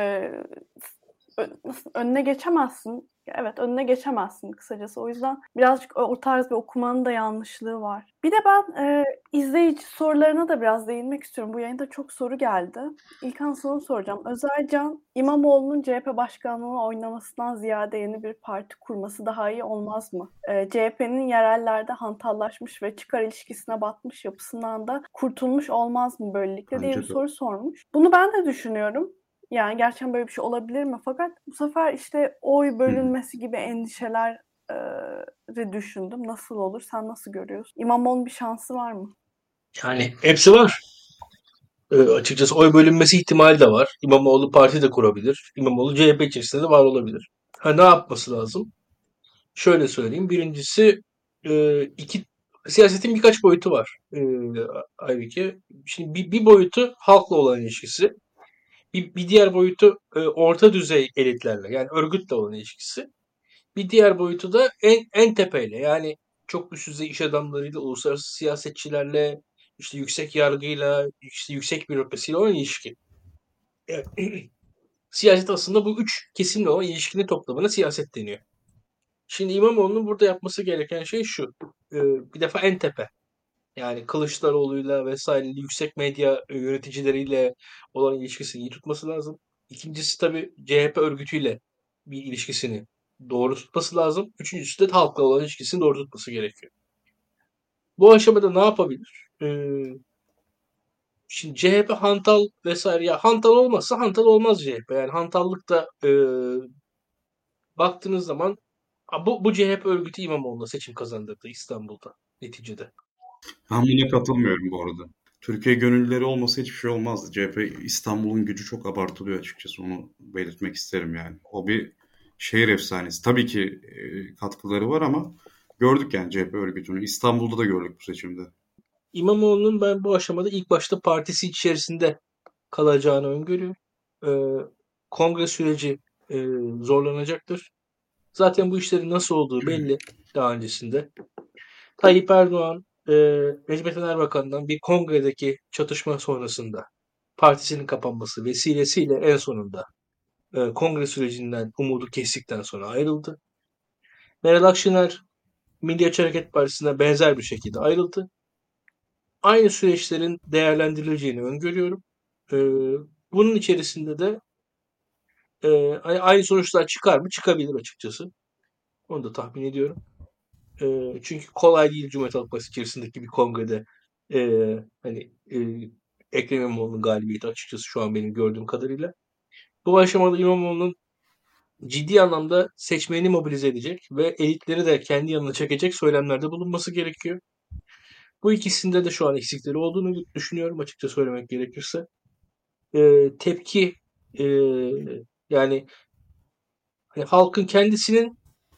önüne geçemezsin. Evet, önüne geçemezsin kısacası. O yüzden birazcık o tarz bir okumanın da yanlışlığı var. Bir de ben izleyici sorularına da biraz değinmek istiyorum. Bu yayında çok soru geldi. İlkan, sana soracağım. Özercan, İmamoğlu'nun CHP başkanlığına oynamasından ziyade yeni bir parti kurması daha iyi olmaz mı? CHP'nin yerellerde hantallaşmış ve çıkar ilişkisine batmış yapısından da kurtulmuş olmaz mı böylelikle diye bir Bence de. soru sormuş. Bunu ben de düşünüyorum. Yani gerçekten böyle bir şey olabilir mi? Fakat bu sefer işte oy bölünmesi gibi endişeleri düşündüm. Nasıl olur? Sen nasıl görüyorsun? İmamoğlu'nun bir şansı var mı? Yani hepsi var. Açıkçası oy bölünmesi ihtimali de var. İmamoğlu parti de kurabilir. İmamoğlu CHP içerisinde de var olabilir. Ha, ne yapması lazım? Şöyle söyleyeyim. Birincisi, iki siyasetin birkaç boyutu var. Aybike. Şimdi bir boyutu halkla olan ilişkisi. Bir diğer boyutu orta düzey elitlerle, yani örgütle olan ilişkisi. Bir diğer boyutu da en tepeyle, yani çok üst düzey iş adamlarıyla, uluslararası siyasetçilerle, işte yüksek yargıyla, işte yüksek bürokrasiyle olan ilişki. Yani, siyaset aslında bu üç kesimle olan ilişkinin toplamına siyaset deniyor. Şimdi İmamoğlu'nun burada yapması gereken şey şu. Bir defa en tepe. Yani Kılıçdaroğlu'yla vesaire yüksek medya yöneticileriyle olan ilişkisini iyi tutması lazım. İkincisi tabii CHP örgütüyle bir ilişkisini doğru tutması lazım. Üçüncüsü de halkla olan ilişkisini doğru tutması gerekiyor. Bu aşamada ne yapabilir? Şimdi CHP hantal vesaire, ya hantal olmazsa hantal olmaz CHP. Yani hantallık da baktığınız zaman bu CHP örgütü İmamoğlu'na seçim kazandırdı İstanbul'da neticede. Ben buna katılmıyorum bu arada. Türkiye gönüllüleri olmasa hiçbir şey olmazdı. CHP İstanbul'un gücü çok abartılıyor açıkçası. Onu belirtmek isterim yani. O bir şehir efsanesi. Tabii ki katkıları var ama gördük yani CHP örgütünü. İstanbul'da da gördük bu seçimde. İmamoğlu'nun ben bu aşamada ilk başta partisi içerisinde kalacağını öngörüyorum. Kongre süreci zorlanacaktır. Zaten bu işlerin nasıl olduğu belli daha öncesinde. Tayyip Erdoğan, Recep Tayyip Erbakan'dan bir kongredeki çatışma sonrasında partisinin kapanması vesilesiyle en sonunda kongre sürecinden umudu kestikten sonra ayrıldı. Meral Akşener Milliyetçi Hareket Partisi'ne benzer bir şekilde ayrıldı. Aynı süreçlerin değerlendirileceğini öngörüyorum. E, Bunun içerisinde de aynı sonuçlar çıkar mı? Çıkabilir açıkçası. Onu da tahmin ediyorum. Çünkü kolay değil Cumhuriyet Halk Partisi içerisindeki bir kongrede hani Ekrem İmamoğlu'nun galibiyeti açıkçası şu an benim gördüğüm kadarıyla. Bu aşamada İmamoğlu'nun ciddi anlamda seçmeni mobilize edecek ve elitleri de kendi yanına çekecek söylemlerde bulunması gerekiyor. Bu ikisinde de şu an eksikleri olduğunu düşünüyorum açıkça söylemek gerekirse. Tepki e, yani hani halkın kendisinin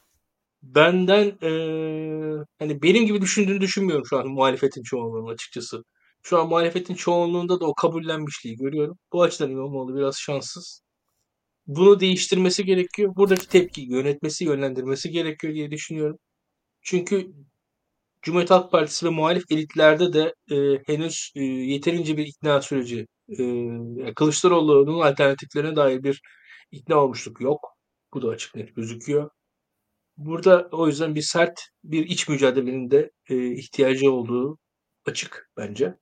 benden hani benim gibi düşündüğünü düşünmüyorum şu an muhalefetin çoğunluğunun açıkçası. Şu an muhalefetin çoğunluğunda da o kabullenmişliği görüyorum. Bu açıdan İmamoğlu biraz şanssız. Bunu değiştirmesi gerekiyor. Buradaki tepkiyi yönetmesi, yönlendirmesi gerekiyor diye düşünüyorum. Çünkü Cumhuriyet Halk Partisi ve muhalif elitlerde de henüz yeterince bir ikna süreci, Kılıçdaroğlu'nun alternatiflerine dair bir ikna olmuşluk yok. Bu da açık net gözüküyor. Burada o yüzden bir sert bir iç mücadelenin de ihtiyacı olduğu açık bence.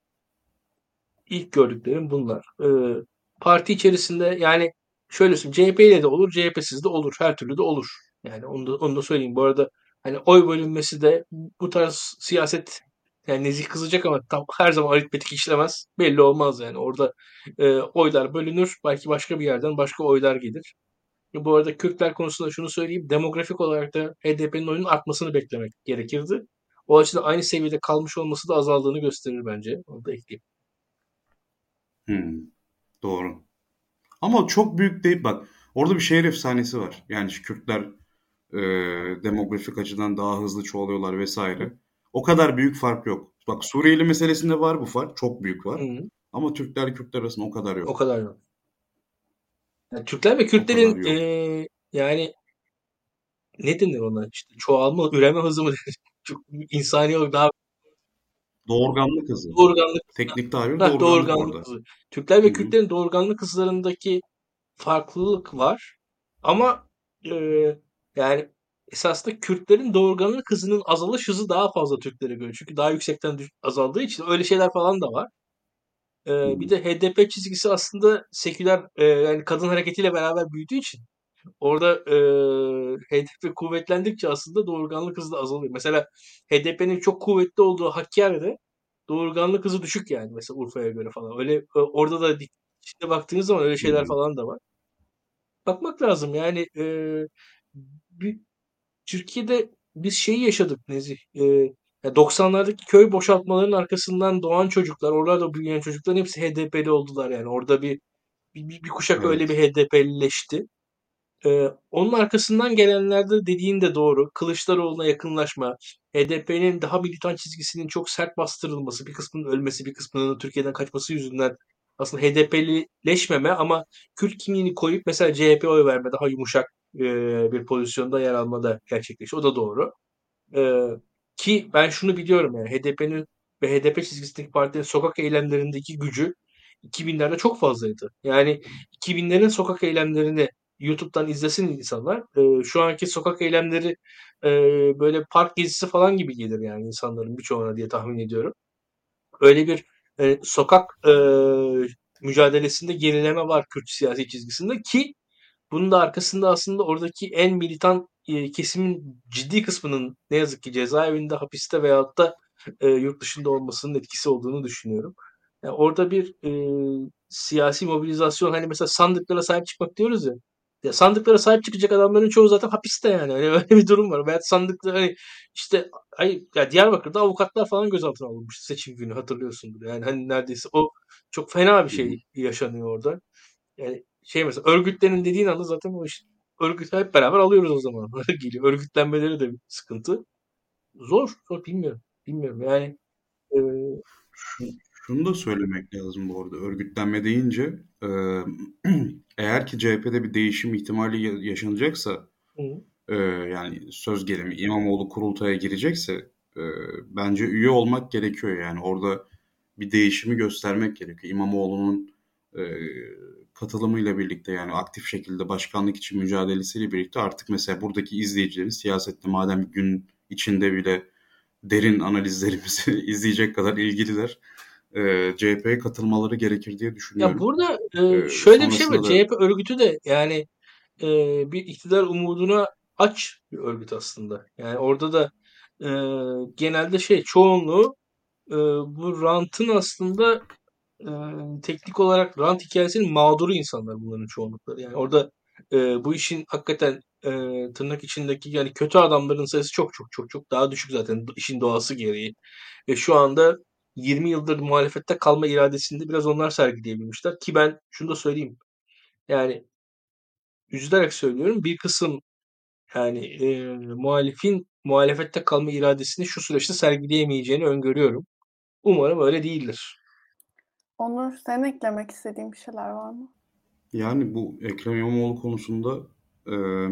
İlk gördüklerim bunlar. Parti içerisinde yani şöyle söyleyeyim CHP ile de olur, CHP'siz de olur. Her türlü de olur. Yani onu da söyleyeyim. Bu arada hani oy bölünmesi de bu tarz siyaset yani nezih kızacak ama tam her zaman aritmetik işlemez. Belli olmaz yani. Orada oylar bölünür. Belki başka bir yerden başka oylar gelir. Bu arada Kürtler konusunda şunu söyleyeyim. Demografik olarak da HDP'nin oyunun artmasını beklemek gerekirdi. O açıdan aynı seviyede kalmış olması da azaldığını gösterir bence. Onu da ekleyeyim. Hmm, doğru. Ama çok büyük değil. Bak orada bir şehir efsanesi var. Yani şu Kürtler e, demografik açıdan daha hızlı çoğalıyorlar vesaire. O kadar büyük fark yok. Bak Suriyeli meselesinde var bu fark. Çok büyük var. Hı. Ama Türkler Kürtler arasında o kadar O yok. kadar yok. Yani Türkler ve O kadar Kürtlerin yok. yani ne denir ona işte çoğalma, üreme hızı mı denir? Çok insani olarak daha Doğurganlık hızı. doğurganlık, Teknik tabir heh, doğurganlık doğurganlık orada. hızı. Türkler Hı ve hı. Kürtlerin doğurganlık hızlarındaki farklılık var. Ama yani esasında Kürtlerin doğurganlık hızının azalış hızı daha fazla Türklere göre. Çünkü daha yüksekten azaldığı için öyle şeyler falan da var. Hı Bir hı. de HDP çizgisi aslında seküler yani kadın hareketiyle beraber büyüdüğü için orada HDP kuvvetlendikçe aslında doğurganlık hızı da azalıyor. Mesela HDP'nin çok kuvvetli olduğu Hakkari'de doğurganlık hızı düşük yani mesela Urfa'ya göre falan. Öyle orada da içine baktığınız zaman öyle Hı şeyler hı. falan da var. Bakmak lazım yani bir, Türkiye'de biz şeyi yaşadık Nezih. Ya 90'lardaki köy boşaltmalarının arkasından doğan çocuklar, oralarda büyüyen çocukların hepsi HDP'li oldular yani. Orada bir kuşak öyle bir Evet. HDP'lileşti. Onun arkasından gelenlerde dediğin de doğru. Kılıçdaroğlu'na yakınlaşma, HDP'nin daha militan çizgisinin çok sert bastırılması, bir kısmının ölmesi, bir kısmının da Türkiye'den kaçması yüzünden aslında HDP'lileşmeme ama Kürt kimliğini koyup mesela CHP oy verme, daha yumuşak bir pozisyonda yer alma da gerçekleşiyor. O da doğru. Ee, Ki ben şunu biliyorum yani HDP'nin ve HDP çizgisindeki partilerin sokak eylemlerindeki gücü 2000'lerde çok fazlaydı. Yani 2000'lerin sokak eylemlerini YouTube'dan izlesin insanlar. Şu anki sokak eylemleri e, böyle park gezisi falan gibi gelir yani insanların birçoğuna diye tahmin ediyorum. Öyle bir sokak mücadelesinde gerileme var Kürt siyasi çizgisinde ki bunun da arkasında aslında oradaki en militan kesimin ciddi kısmının ne yazık ki cezaevinde, hapiste veyahut da yurt dışında olmasının etkisi olduğunu düşünüyorum. Yani orada bir siyasi mobilizasyon hani mesela sandıklara sahip çıkmak diyoruz ya. Ya sandıklara sahip çıkacak adamların çoğu zaten hapiste yani. Hani öyle bir durum var. Veya sandıkları hani işte ya Diyarbakır'da avukatlar falan gözaltına alınmıştı seçim günü hatırlıyorsundur. Yani hani neredeyse o çok fena bir Hı hı. şey yaşanıyor orada. Yani şey mesela örgütlerin dediğin anda zaten o iş örgütü hep beraber alıyoruz o zaman. Geliyor. Örgütlenmeleri de bir sıkıntı. Zor bilmiyorum. Bilmiyorum yani e, Şunu da söylemek lazım bu arada. Örgütlenme deyince eğer ki CHP'de bir değişim ihtimali yaşanacaksa hı, yani söz gelimi İmamoğlu kurultaya girecekse bence üye olmak gerekiyor yani orada bir değişimi göstermek gerekiyor. İmamoğlu'nun e, katılımıyla birlikte yani aktif şekilde başkanlık için mücadelesiyle birlikte artık mesela buradaki izleyicilerin siyasette madem gün içinde bile derin analizlerimizi izleyecek kadar ilgililer CHP'ye katılmaları gerekir diye Ya düşünüyorum. burada şöyle bir şey var. Sonrasında da CHP örgütü de yani bir iktidar umuduna aç bir örgüt aslında. Yani orada da e, genelde çoğunluğu bu rantın aslında teknik olarak rant hikayesinin mağduru insanlar bunların çoğunlukları. Yani orada bu işin hakikaten tırnak içindeki yani kötü adamların sayısı çok çok çok çok daha düşük zaten işin doğası gereği. Ve şu anda 20 yıldır muhalefette kalma iradesini de biraz onlar sergileyebilmişler. Ki ben şunu da söyleyeyim. Yani üzülerek söylüyorum bir kısım yani muhalifin muhalefette kalma iradesini şu süreçte sergileyemeyeceğini öngörüyorum. Umarım öyle değildir. Onur, sen eklemek istediğin bir şeyler var mı? yani bu Ekrem İmamoğlu konusunda e,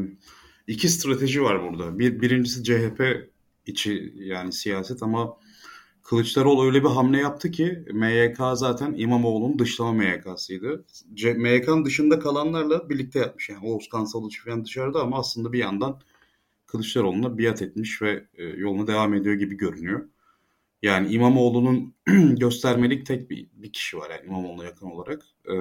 iki strateji var burada. Birincisi CHP içi yani siyaset ama Kılıçdaroğlu öyle bir hamle yaptı ki MYK zaten İmamoğlu'nun dışlama MYK'sıydı. MYK'nın dışında kalanlarla birlikte yapmış. Yani Oğuz Kansalıç falan dışarıda ama aslında bir yandan Kılıçdaroğlu'na biat etmiş ve yoluna devam ediyor gibi görünüyor. Yani İmamoğlu'nun göstermelik tek bir kişi var yani İmamoğlu'na yakın olarak.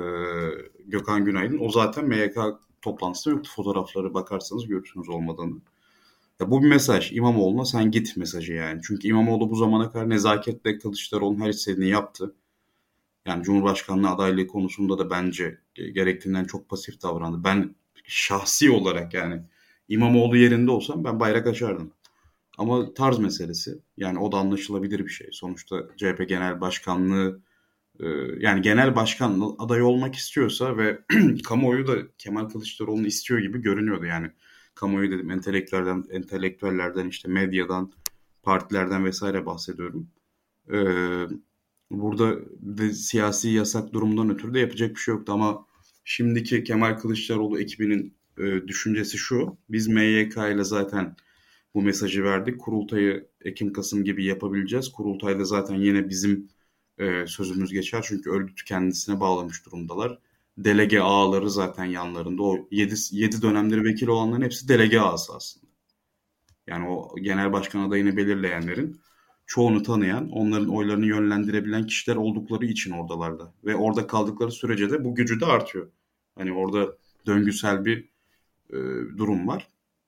Gökhan Günaydın. O zaten MYK toplantısında yoktu. Fotoğrafları bakarsanız görürsünüz olmadığını. Ya bu bir mesaj. İmamoğlu'na sen git mesajı yani. Çünkü İmamoğlu bu zamana kadar nezaketle Kılıçdaroğlu'nun her istediğini yaptı. Yani Cumhurbaşkanlığı adaylığı konusunda da bence gerektiğinden çok pasif davrandı. Ben şahsi olarak yani İmamoğlu yerinde olsam ben bayrak açardım. Ama tarz meselesi. Yani o da anlaşılabilir bir şey. Sonuçta CHP Genel Başkanlığı yani genel başkan adayı olmak istiyorsa ve kamuoyu da Kemal Kılıçdaroğlu'nu istiyor gibi görünüyordu yani. Kamuoyu dedim entelektüellerden işte medyadan, partilerden vesaire bahsediyorum. Ee, burada de siyasi yasak durumundan ötürü de yapacak bir şey yoktu ama şimdiki Kemal Kılıçdaroğlu ekibinin düşüncesi şu. Biz MYK ile zaten bu mesajı verdik. Kurultayı Ekim-Kasım gibi yapabileceğiz. Kurultayda zaten yine bizim sözümüz geçer. Çünkü örgütü kendisine bağlamış durumdalar. Delege ağaları zaten yanlarında. O 7 dönemleri vekil olanların hepsi delege ağası aslında. Yani o genel başkan adayını belirleyenlerin çoğunu tanıyan, onların oylarını yönlendirebilen kişiler oldukları için oradalarda. Ve orada kaldıkları sürece de bu gücü de artıyor. Hani orada döngüsel bir e, durum var.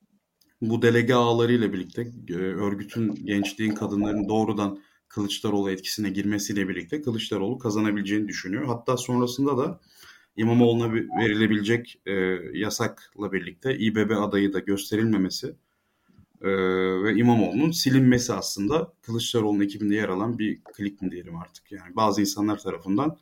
Bu delege ağlarıyla birlikte örgütün gençliğin kadınların doğrudan Kılıçdaroğlu etkisine girmesiyle birlikte Kılıçdaroğlu kazanabileceğini düşünüyor. Hatta sonrasında da İmamoğlu'na verilebilecek yasakla birlikte İBB adayı da gösterilmemesi ve İmamoğlu'nun silinmesi aslında Kılıçdaroğlu'nun ekibinde yer alan bir klik mi diyelim artık. Yani bazı insanlar tarafından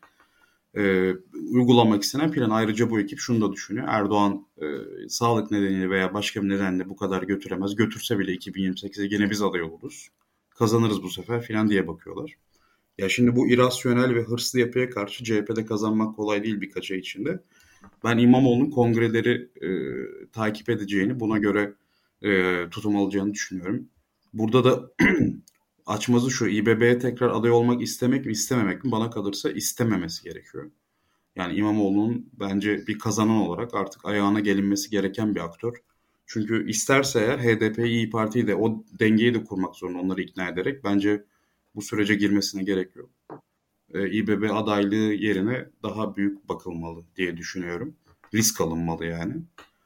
uygulamak istenen plan. Ayrıca bu ekip şunu da düşünüyor. Erdoğan sağlık nedeniyle veya başka bir nedenle bu kadar götüremez. Götürse bile 2028'e gene biz aday oluruz. Kazanırız bu sefer filan diye bakıyorlar. Ya şimdi bu irasyonel ve hırslı yapıya karşı CHP'de kazanmak kolay değil birkaç ay içinde. Ben İmamoğlu'nun kongreleri takip edeceğini, buna göre tutum alacağını düşünüyorum. Burada da açmazı şu, İBB'ye tekrar aday olmak istemek mi istememek mi bana kalırsa istememesi gerekiyor. Yani İmamoğlu'nun bence bir kazanan olarak artık ayağına gelinmesi gereken bir aktör. Çünkü isterse eğer HDP, İYİ Parti'yi de o dengeyi de kurmak zorunda onları ikna ederek bence bu sürece girmesine gerek yok. İBB adaylığı yerine daha büyük bakılmalı diye düşünüyorum. Risk alınmalı yani.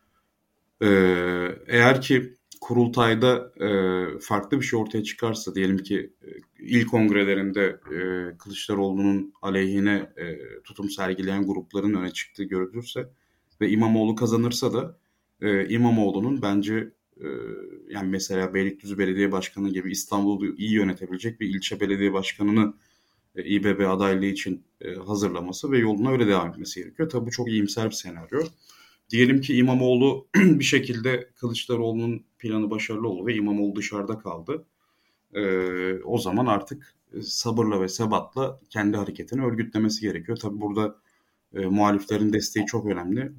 Eğer ki kurultayda farklı bir şey ortaya çıkarsa diyelim ki il kongrelerinde Kılıçdaroğlu'nun aleyhine tutum sergileyen grupların öne çıktığı görülürse ve İmamoğlu kazanırsa da İmamoğlu'nun bence yani mesela Beylikdüzü Belediye Başkanı gibi İstanbul'u iyi yönetebilecek bir ilçe belediye başkanını İBB adaylığı için hazırlaması ve yoluna öyle devam etmesi gerekiyor. Tabii bu çok iyimser bir senaryo. Diyelim ki İmamoğlu bir şekilde Kılıçdaroğlu'nun planı başarılı oldu ve İmamoğlu dışarıda kaldı. O zaman artık sabırla ve sebatla kendi hareketini örgütlemesi gerekiyor. Tabii burada muhaliflerin desteği çok önemli. Bu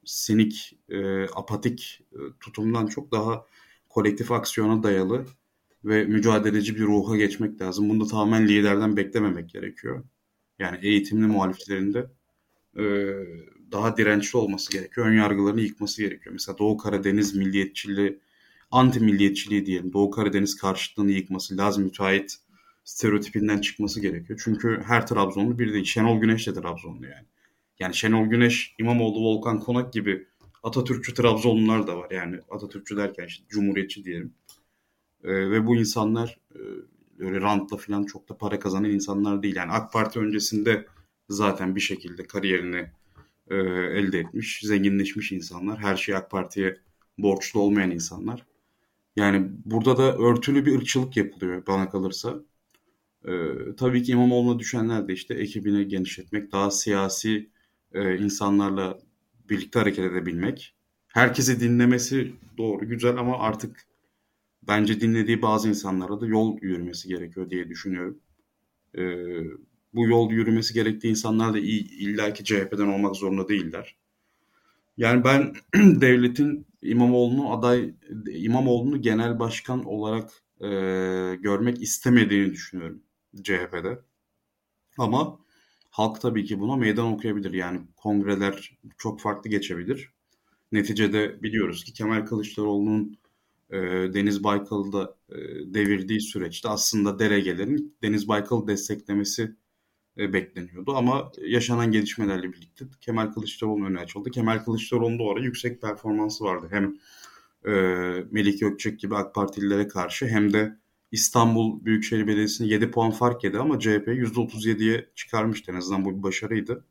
sinik, apatik tutumdan çok daha kolektif aksiyona dayalı ve mücadeleci bir ruha geçmek lazım. Bunu da tamamen liderden beklememek gerekiyor. Yani eğitimli muhaliflerin de daha dirençli olması gerekiyor. Önyargılarını yıkması gerekiyor. Mesela Doğu Karadeniz milliyetçiliği, anti milliyetçiliği diyelim. Doğu Karadeniz karşıtlığını yıkması, Laz müteahhit stereotipinden çıkması gerekiyor. Çünkü her Trabzonlu bir değil. Şenol Güneş de Trabzonlu yani. Yani Şenol Güneş, İmamoğlu, Volkan Konak gibi Atatürkçü Trabzonlular da var. Yani Atatürkçü derken işte Cumhuriyetçi diyelim. Ve bu insanlar öyle rantla falan çok da para kazanan insanlar değil. Yani AK Parti öncesinde zaten bir şekilde kariyerini elde etmiş, zenginleşmiş insanlar. Her şey AK Parti'ye borçlu olmayan insanlar. Yani burada da örtülü bir ırkçılık yapılıyor bana kalırsa. Tabii ki İmamoğlu'na düşenler de işte ekibini genişletmek, daha siyasi insanlarla birlikte hareket edebilmek. Herkesi dinlemesi doğru, güzel ama artık bence dinlediği bazı insanlara da yol yürümesi gerekiyor diye düşünüyorum. Bu yol yürümesi gerektiği insanlar da illaki CHP'den olmak zorunda değiller. Yani ben devletin İmamoğlu'nu genel başkan olarak görmek istemediğini düşünüyorum CHP'de. Ama halk tabii ki buna meydan okuyabilir. Yani kongreler çok farklı geçebilir. Neticede biliyoruz ki Kemal Kılıçdaroğlu'nun Deniz Baykal'da devirdiği süreçte aslında delegelerin Deniz Baykal'ı desteklemesi bekleniyordu. Ama yaşanan gelişmelerle birlikte Kemal Kılıçdaroğlu'nun önü açıldı. Kemal Kılıçdaroğlu'nun da o ara yüksek performansı vardı. Hem Melik Gökçek gibi AK Partililere karşı hem de İstanbul Büyükşehir Belediyesi'ne 7 puan fark yedi ama CHP %37'ye çıkarmıştı. En azından bu bir başarıydı.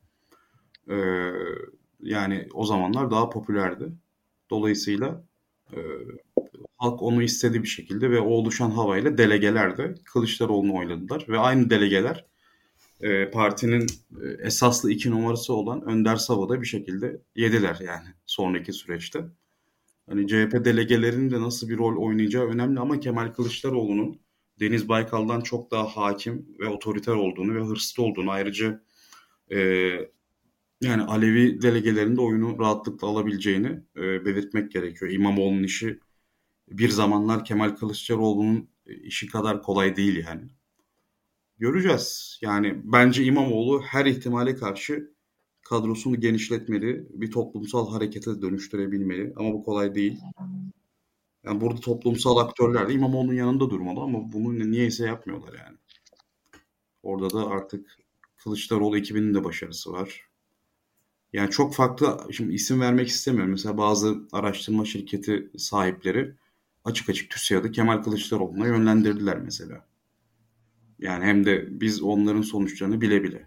Yani o zamanlar daha popülerdi. Dolayısıyla halk onu istediği bir şekilde ve o oluşan havayla delegeler de Kılıçdaroğlu'nu oyladılar. Ve aynı delegeler partinin esaslı 2 numarası olan Önder Sava'da bir şekilde yediler yani sonraki süreçte. Hani CHP delegelerinin de nasıl bir rol oynayacağı önemli ama Kemal Kılıçdaroğlu'nun Deniz Baykal'dan çok daha hakim ve otoriter olduğunu ve hırslı olduğunu ayrıca yani Alevi delegelerinin de oyunu rahatlıkla alabileceğini belirtmek gerekiyor. İmamoğlu'nun işi bir zamanlar Kemal Kılıçdaroğlu'nun işi kadar kolay değil yani. Göreceğiz. Yani bence İmamoğlu her ihtimale karşı kadrosunu genişletmeli, bir toplumsal harekete dönüştürebilmeli ama bu kolay değil. Yani burada toplumsal aktörler de İmamoğlu'nun yanında durmalı ama bunu niyeyse yapmıyorlar yani. Orada da artık Kılıçdaroğlu ekibinin de başarısı var. Yani çok farklı, şimdi isim vermek istemiyorum. Mesela bazı araştırma şirketi sahipleri açık açık TÜSİAD'ı Kemal Kılıçdaroğlu'na yönlendirdiler mesela. Yani hem de biz onların sonuçlarını bile bile.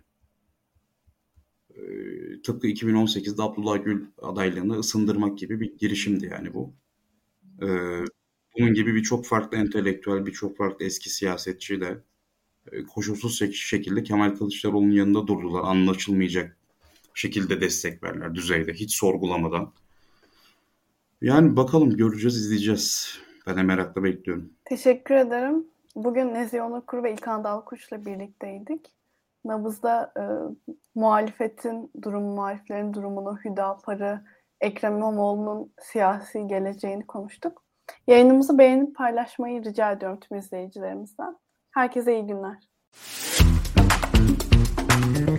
Tıpkı 2018'de Abdullah Gül adaylığını ısındırmak gibi bir girişimdi yani bu. Bunun gibi birçok farklı entelektüel, birçok farklı eski siyasetçi de koşulsuz şekilde Kemal Kılıçdaroğlu'nun yanında durdular. Anlaşılmayacak şekilde destek verdiler düzeyde, hiç sorgulamadan. Yani bakalım, göreceğiz, izleyeceğiz. Ben de merakla bekliyorum. Teşekkür ederim. Bugün Nezihe Onurkuru ve İlkan Dalkuç'la birlikteydik. Nabız'da muhalefetin durumu, muhaliflerin durumunu, Hüdapar'ı, Ekrem İmamoğlu'nun siyasi geleceğini konuştuk. Yayınımızı beğenip paylaşmayı rica ediyorum tüm izleyicilerimizden. Herkese iyi günler.